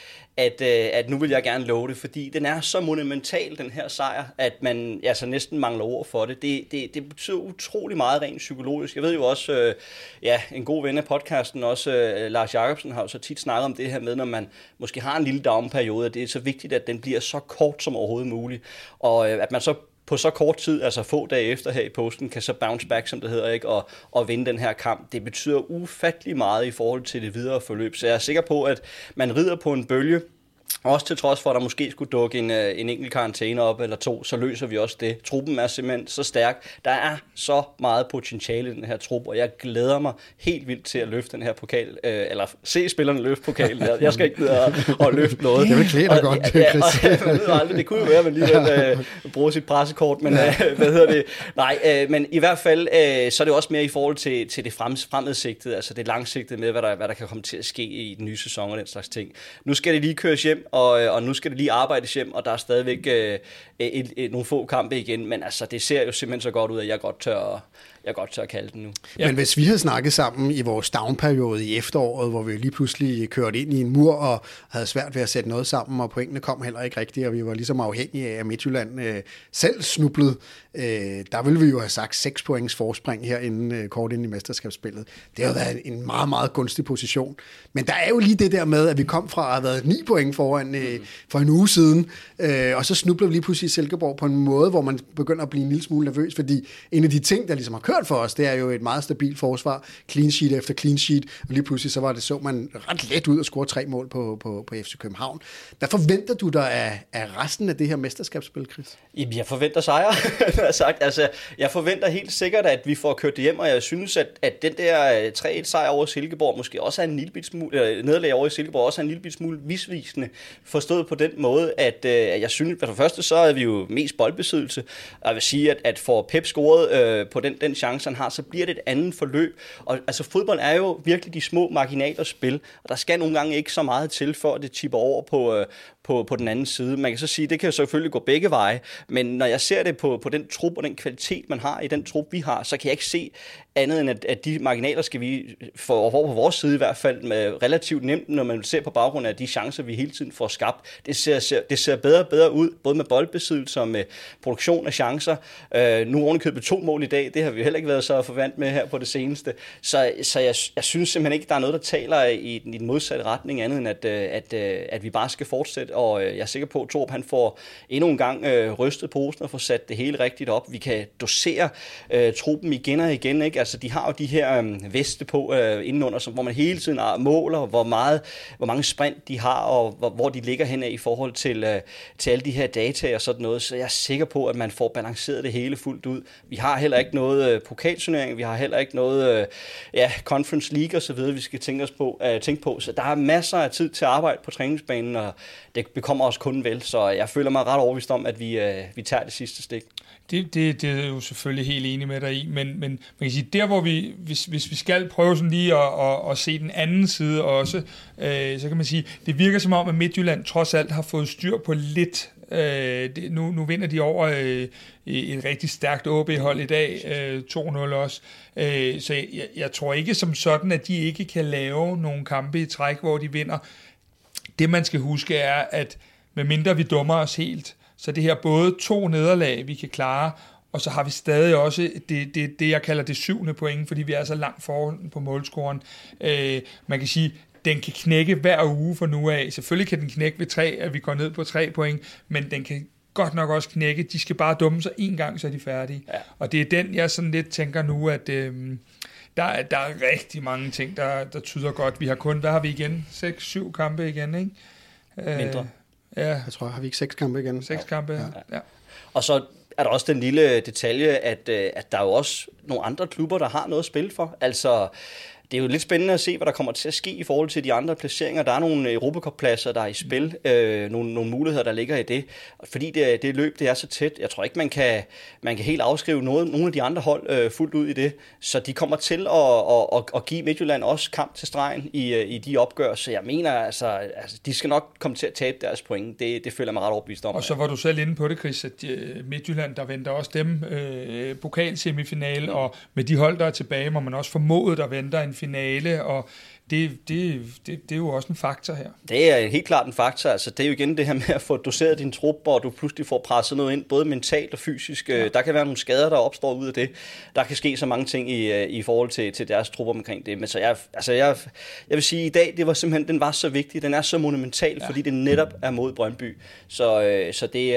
at nu vil jeg gerne love det, fordi den er så monumental, den her sejr, at man altså næsten mangler ord for det. Det betyder utrolig meget rent psykologisk. Jeg ved jo også, en god ven af podcasten, også Lars Jacobsen, har jo så tit snakket om det her med, når man måske har en lille down-periode, at det er så vigtigt, at den bliver så kort som overhovedet muligt. Og at man så på så kort tid, altså få dage efter her i påsken, kan så bounce back, som det hedder, ikke, og vinde den her kamp. Det betyder ufattelig meget i forhold til det videre forløb. Så jeg er sikker på, at man rider på en bølge, også til trods for, at der måske skulle dukke en enkelt karantæne op eller 2, så løser vi også det. Truppen er simpelthen så stærk. Der er så meget potentiale i den her trup, og jeg glæder mig helt vildt til at løfte den her pokal, eller se spillerne løfte pokalen. Jeg skal ikke ned og løfte noget. Det vil klæde dig godt, Chris. Det kunne jo være, at man lige bruge sit pressekort, men hvad hedder det? Nej, men i hvert fald, så er det også mere i forhold til det fremadsigtede, altså det langsigtede med, hvad der kan komme til at ske i den nye sæson og den slags ting. Nu skal det lige køres hjem, og nu skal det lige arbejdes hjem, og der er stadigvæk nogle få kampe igen, men altså, det ser jo simpelthen så godt ud, at jeg godt tør at kalde den nu. Ja. Men hvis vi havde snakket sammen i vores downperiode i efteråret, hvor vi lige pludselig kørte ind i en mur og havde svært ved at sætte noget sammen, og pointene kom heller ikke rigtigt, og vi var ligesom afhængige af, at Midtjylland selv snublede, der ville vi jo have sagt 6 points forspring her kort inden i mesterskabsspillet. Det har været en meget, meget gunstig position. Men der er jo lige det der med, at vi kom fra at have været 9 point foran for en uge siden, og så snubler vi lige pludselig i Silkeborg på en måde, hvor man begynder at blive en lille smule nervøs, fordi en af de ting, der ligesom har kørt for os, det er jo et meget stabilt forsvar, clean sheet efter clean sheet, og lige pludselig så man ret let ud og score 3 mål på FC København. Hvad forventer du dig af resten af det her mesterskabsspil, Chris? Jamen, jeg forventer sejre, altså, jeg forventer helt sikkert, at vi får kørt det hjem, og jeg synes, at den der 3-1 sejr over Silkeborg måske også er en lille smule, nederlag over i Silkeborg også er en lille smule misvisende, forstået på den måde, at jeg synes, at for det første, så er vi jo mest boldbesiddelse, og jeg vil sige, at får Pep scoret på den chance, han har, så bliver det et andet forløb, og altså fodbold er jo virkelig de små marginaler spil, og der skal nogle gange ikke så meget til, for at det tipper over på den anden side. Man kan så sige, at det kan jo selvfølgelig gå begge veje, men når jeg ser det på den trup og den kvalitet, man har i den trup, vi har, så kan jeg ikke se andet end, at de marginaler skal vi få på vores side i hvert fald med relativt nemt, når man ser på baggrund af de chancer, vi hele tiden får skabt. Det ser bedre og bedre ud, både med boldbesiddelse og med produktion af chancer. Nu ovenikøbet 2 mål i dag, det har vi heller ikke været så forvant med her på det seneste. Så jeg synes simpelthen ikke, der er noget, der taler i den modsatte retning, andet end at vi bare skal fortsætte, og jeg er sikker på, at Thorup han får endnu en gang rystet posen og får sat det hele rigtigt op. Vi kan dosere truppen igen og igen, ikke? Altså, de har jo de her veste på indenunder, hvor man hele tiden måler, hvor mange sprint de har, og hvor de ligger hen i forhold til alle de her data og sådan noget. Så jeg er sikker på, at man får balanceret det hele fuldt ud. Vi har heller ikke noget pokalturnering, vi har heller ikke noget Conference League og så videre, vi skal tænke på. Så der er masser af tid til at arbejde på træningsbanen, og det bekommer os kun vel. Så jeg føler mig ret overbevist om, at vi tager det sidste stik. Det er jo selvfølgelig helt enig med dig i, men man kan sige, der hvor hvis vi skal prøve sådan lige at se den anden side også, så kan man sige, det virker som om, at Midtjylland trods alt har fået styr på lidt. Nu vinder de over et rigtig stærkt OB-hold i dag, 2-0 også. Så jeg tror ikke som sådan, at de ikke kan lave nogle kampe i træk, hvor de vinder. Det man skal huske er, at medmindre vi dummer os helt, så det her både 2 nederlag, vi kan klare, og så har vi stadig også det jeg kalder det 7. point, fordi vi er så langt foran på målscoren. Man kan sige, den kan knække hver uge fra nu af. Selvfølgelig kan den knække ved 3, at vi går ned på 3 point, men den kan godt nok også knække. De skal bare dumme sig en gang, så er de færdige. Ja. Og det er den, jeg sådan lidt tænker nu, at der er rigtig mange ting, der tyder godt. Vi har kun, hvad har vi igen? 6-7 kampe igen, ikke? Mindre. Ja. Jeg tror, har vi ikke 6 kampe igen? 6 kampe, ja. Og så er der også den lille detalje, at der er jo også nogle andre klubber, der har noget at spille for. Altså, det er jo lidt spændende at se, hvad der kommer til at ske i forhold til de andre placeringer. Der er nogle Europacup-pladser, der er i spil, nogle muligheder, der ligger i det. Fordi det løb, det er så tæt. Jeg tror ikke, man kan helt afskrive nogle af de andre hold fuldt ud i det. Så de kommer til at give Midtjylland også kamp til stregen i de opgør. Så jeg mener, altså de skal nok komme til at tabe deres point. Det føler jeg mig ret overbevist om. Og så var du selv inde på det, Chris, at Midtjylland, der venter også dem pokalsemifinale, og med de hold, der er tilbage, må man også formode, der venter en finale, og det er jo også en faktor her. Det er helt klart en faktor. Altså, det er jo igen det her med at få doseret din trup, og du pludselig får presset noget ind, både mentalt og fysisk. Ja. Der kan være nogle skader, der opstår ud af det. Der kan ske så mange ting i forhold til deres trupper omkring det. Men så jeg vil sige, at i dag, det var simpelthen, den var så vigtig. Den er så monumental, fordi det netop er mod Brøndby. Så det,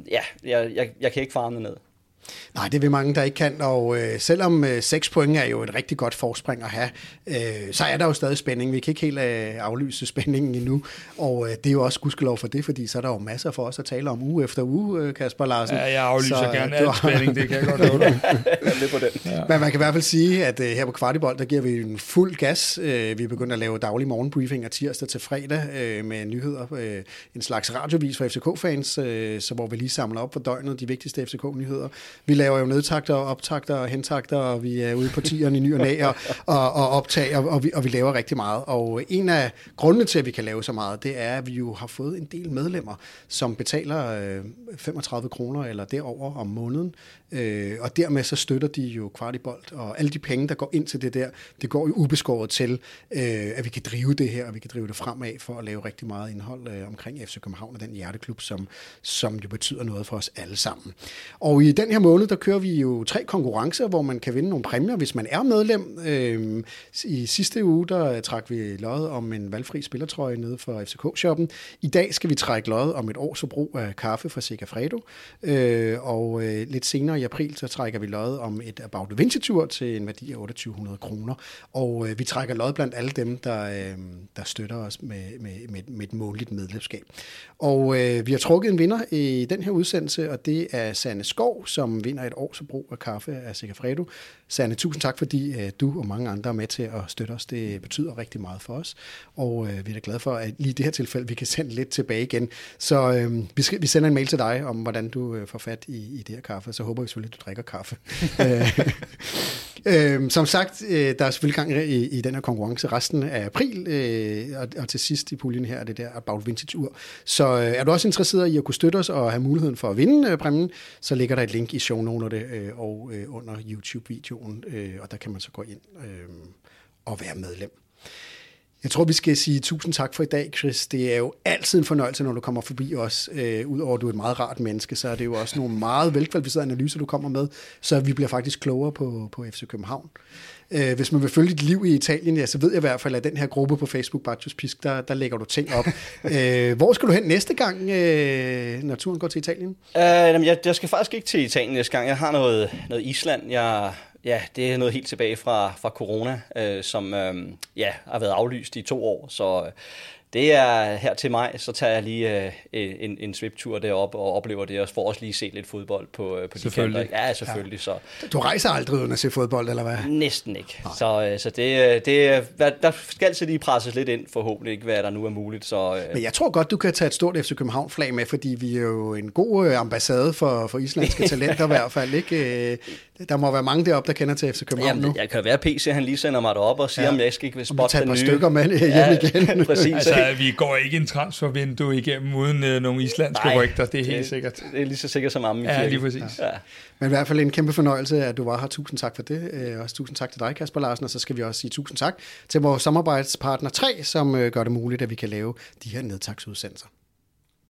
jeg kan ikke fare ned. Nej, det er vi mange, der ikke kan, og selvom 6 point er jo et rigtig godt forspring at have, så er der jo stadig spænding. Vi kan ikke helt aflyse spændingen endnu, og det er jo også gudskelov for det, fordi så er der jo masser for os at tale om uge efter uge, Kasper Larsen. Ja, jeg aflyser gerne al spænding, det kan jeg godt love dig. Ja. Men man kan i hvert fald sige, at her på Kvartibold, der giver vi en fuld gas. Vi er begyndt at lave daglige morgenbriefinger tirsdag til fredag med nyheder. En slags radiovis for FCK-fans, så hvor vi lige samler op for døgnet de vigtigste FCK-nyheder. Vi laver jo nedtakter, optakter og hentakter, og vi er ude på tieren i ny og næ og optager, og vi laver rigtig meget. Og en af grundene til, at vi kan lave så meget, det er, at vi jo har fået en del medlemmer, som betaler 35 kroner eller derover om måneden, og dermed så støtter de jo Kvartibold, og alle de penge, der går ind til det der, det går jo ubeskåret til, at vi kan drive det her, og vi kan drive det fremad for at lave rigtig meget indhold omkring FC København og den hjerteklub, som jo betyder noget for os alle sammen. Og i den her måned, der kører vi jo 3 konkurrencer, hvor man kan vinde nogle præmier, hvis man er medlem. I sidste uge, der trak vi lod om en valgfri spillertrøje nede for FCK-shoppen. I dag skal vi trække lod om et års forbrug af kaffe fra Segafredo. Og lidt senere i april, så trækker vi lod om et About Vinci-tur til en værdi af 2800 kroner. Og vi trækker lod blandt alle dem, der støtter os med et månedligt medlemskab. Og vi har trukket en vinder i den her udsendelse, og det er Sanne Skov, som vinder et års forbrug af kaffe af Segafredo. Sanne, tusind tak, fordi du og mange andre er med til at støtte os. Det betyder rigtig meget for os, og vi er da glade for, at lige i det her tilfælde, vi kan sende lidt tilbage igen. Så vi sender en mail til dig om, hvordan du får fat i det her kaffe, så håber vi selvfølgelig, at du drikker kaffe. Som sagt, der er selvfølgelig gang i den her konkurrence resten af april, og til sidst i puljen her er det der About Vintage-ur. Så er du også interesseret i at kunne støtte os og have muligheden for at vinde præmien, så ligger der et link i shownoterne og under YouTube-videoen, og der kan man så gå ind og være medlem. Jeg tror, vi skal sige tusind tak for i dag, Chris. Det er jo altid en fornøjelse, når du kommer forbi os. Udover at du er et meget rart menneske, så er det jo også nogle meget velkvalificerede analyser, du kommer med, så vi bliver faktisk klogere på FC København. Hvis man vil følge dit liv i Italien, ja, så ved jeg i hvert fald, at den her gruppe på Facebook, Bacchus Pisk, der lægger du ting op. Hvor skal du hen næste gang, når turen går til Italien? Jeg skal faktisk ikke til Italien næste gang. Jeg har noget Island. Ja, det er noget helt tilbage fra corona, som har været aflyst i 2 år, så det er her til maj, så tager jeg lige en sviptur derop og oplever det, og får også lige set lidt fodbold på de kanter. Ja, selvfølgelig. Ja. Så. Du rejser aldrig uden at se fodbold, eller hvad? Næsten ikke. Så der skal altid lige presses lidt ind, forhåbentlig ikke, hvad der nu er muligt. Så, Men jeg tror godt, du kan tage et stort FC København-flag med, fordi vi er jo en god ambassade for islandske talenter i hvert fald, ikke? Der må være mange deroppe, der kender til FC København nu. Jeg kan være PC, han lige sender mig derop og siger, om jeg ikke vil spotte den nye. Stykker med hjem igen. Præcis. Altså, vi går ikke en transfervindue igennem uden nogle islandske rygter, det er helt sikkert. Det er lige så sikkert som amme i kirken. Ja, lige præcis. Ja. Men i hvert fald en kæmpe fornøjelse, at du var her. Tusind tak for det. Også tusind tak til dig, Kasper Larsen, og så skal vi også sige tusind tak til vores samarbejdspartner 3, som gør det muligt, at vi kan lave de her nedtagsudsendelser.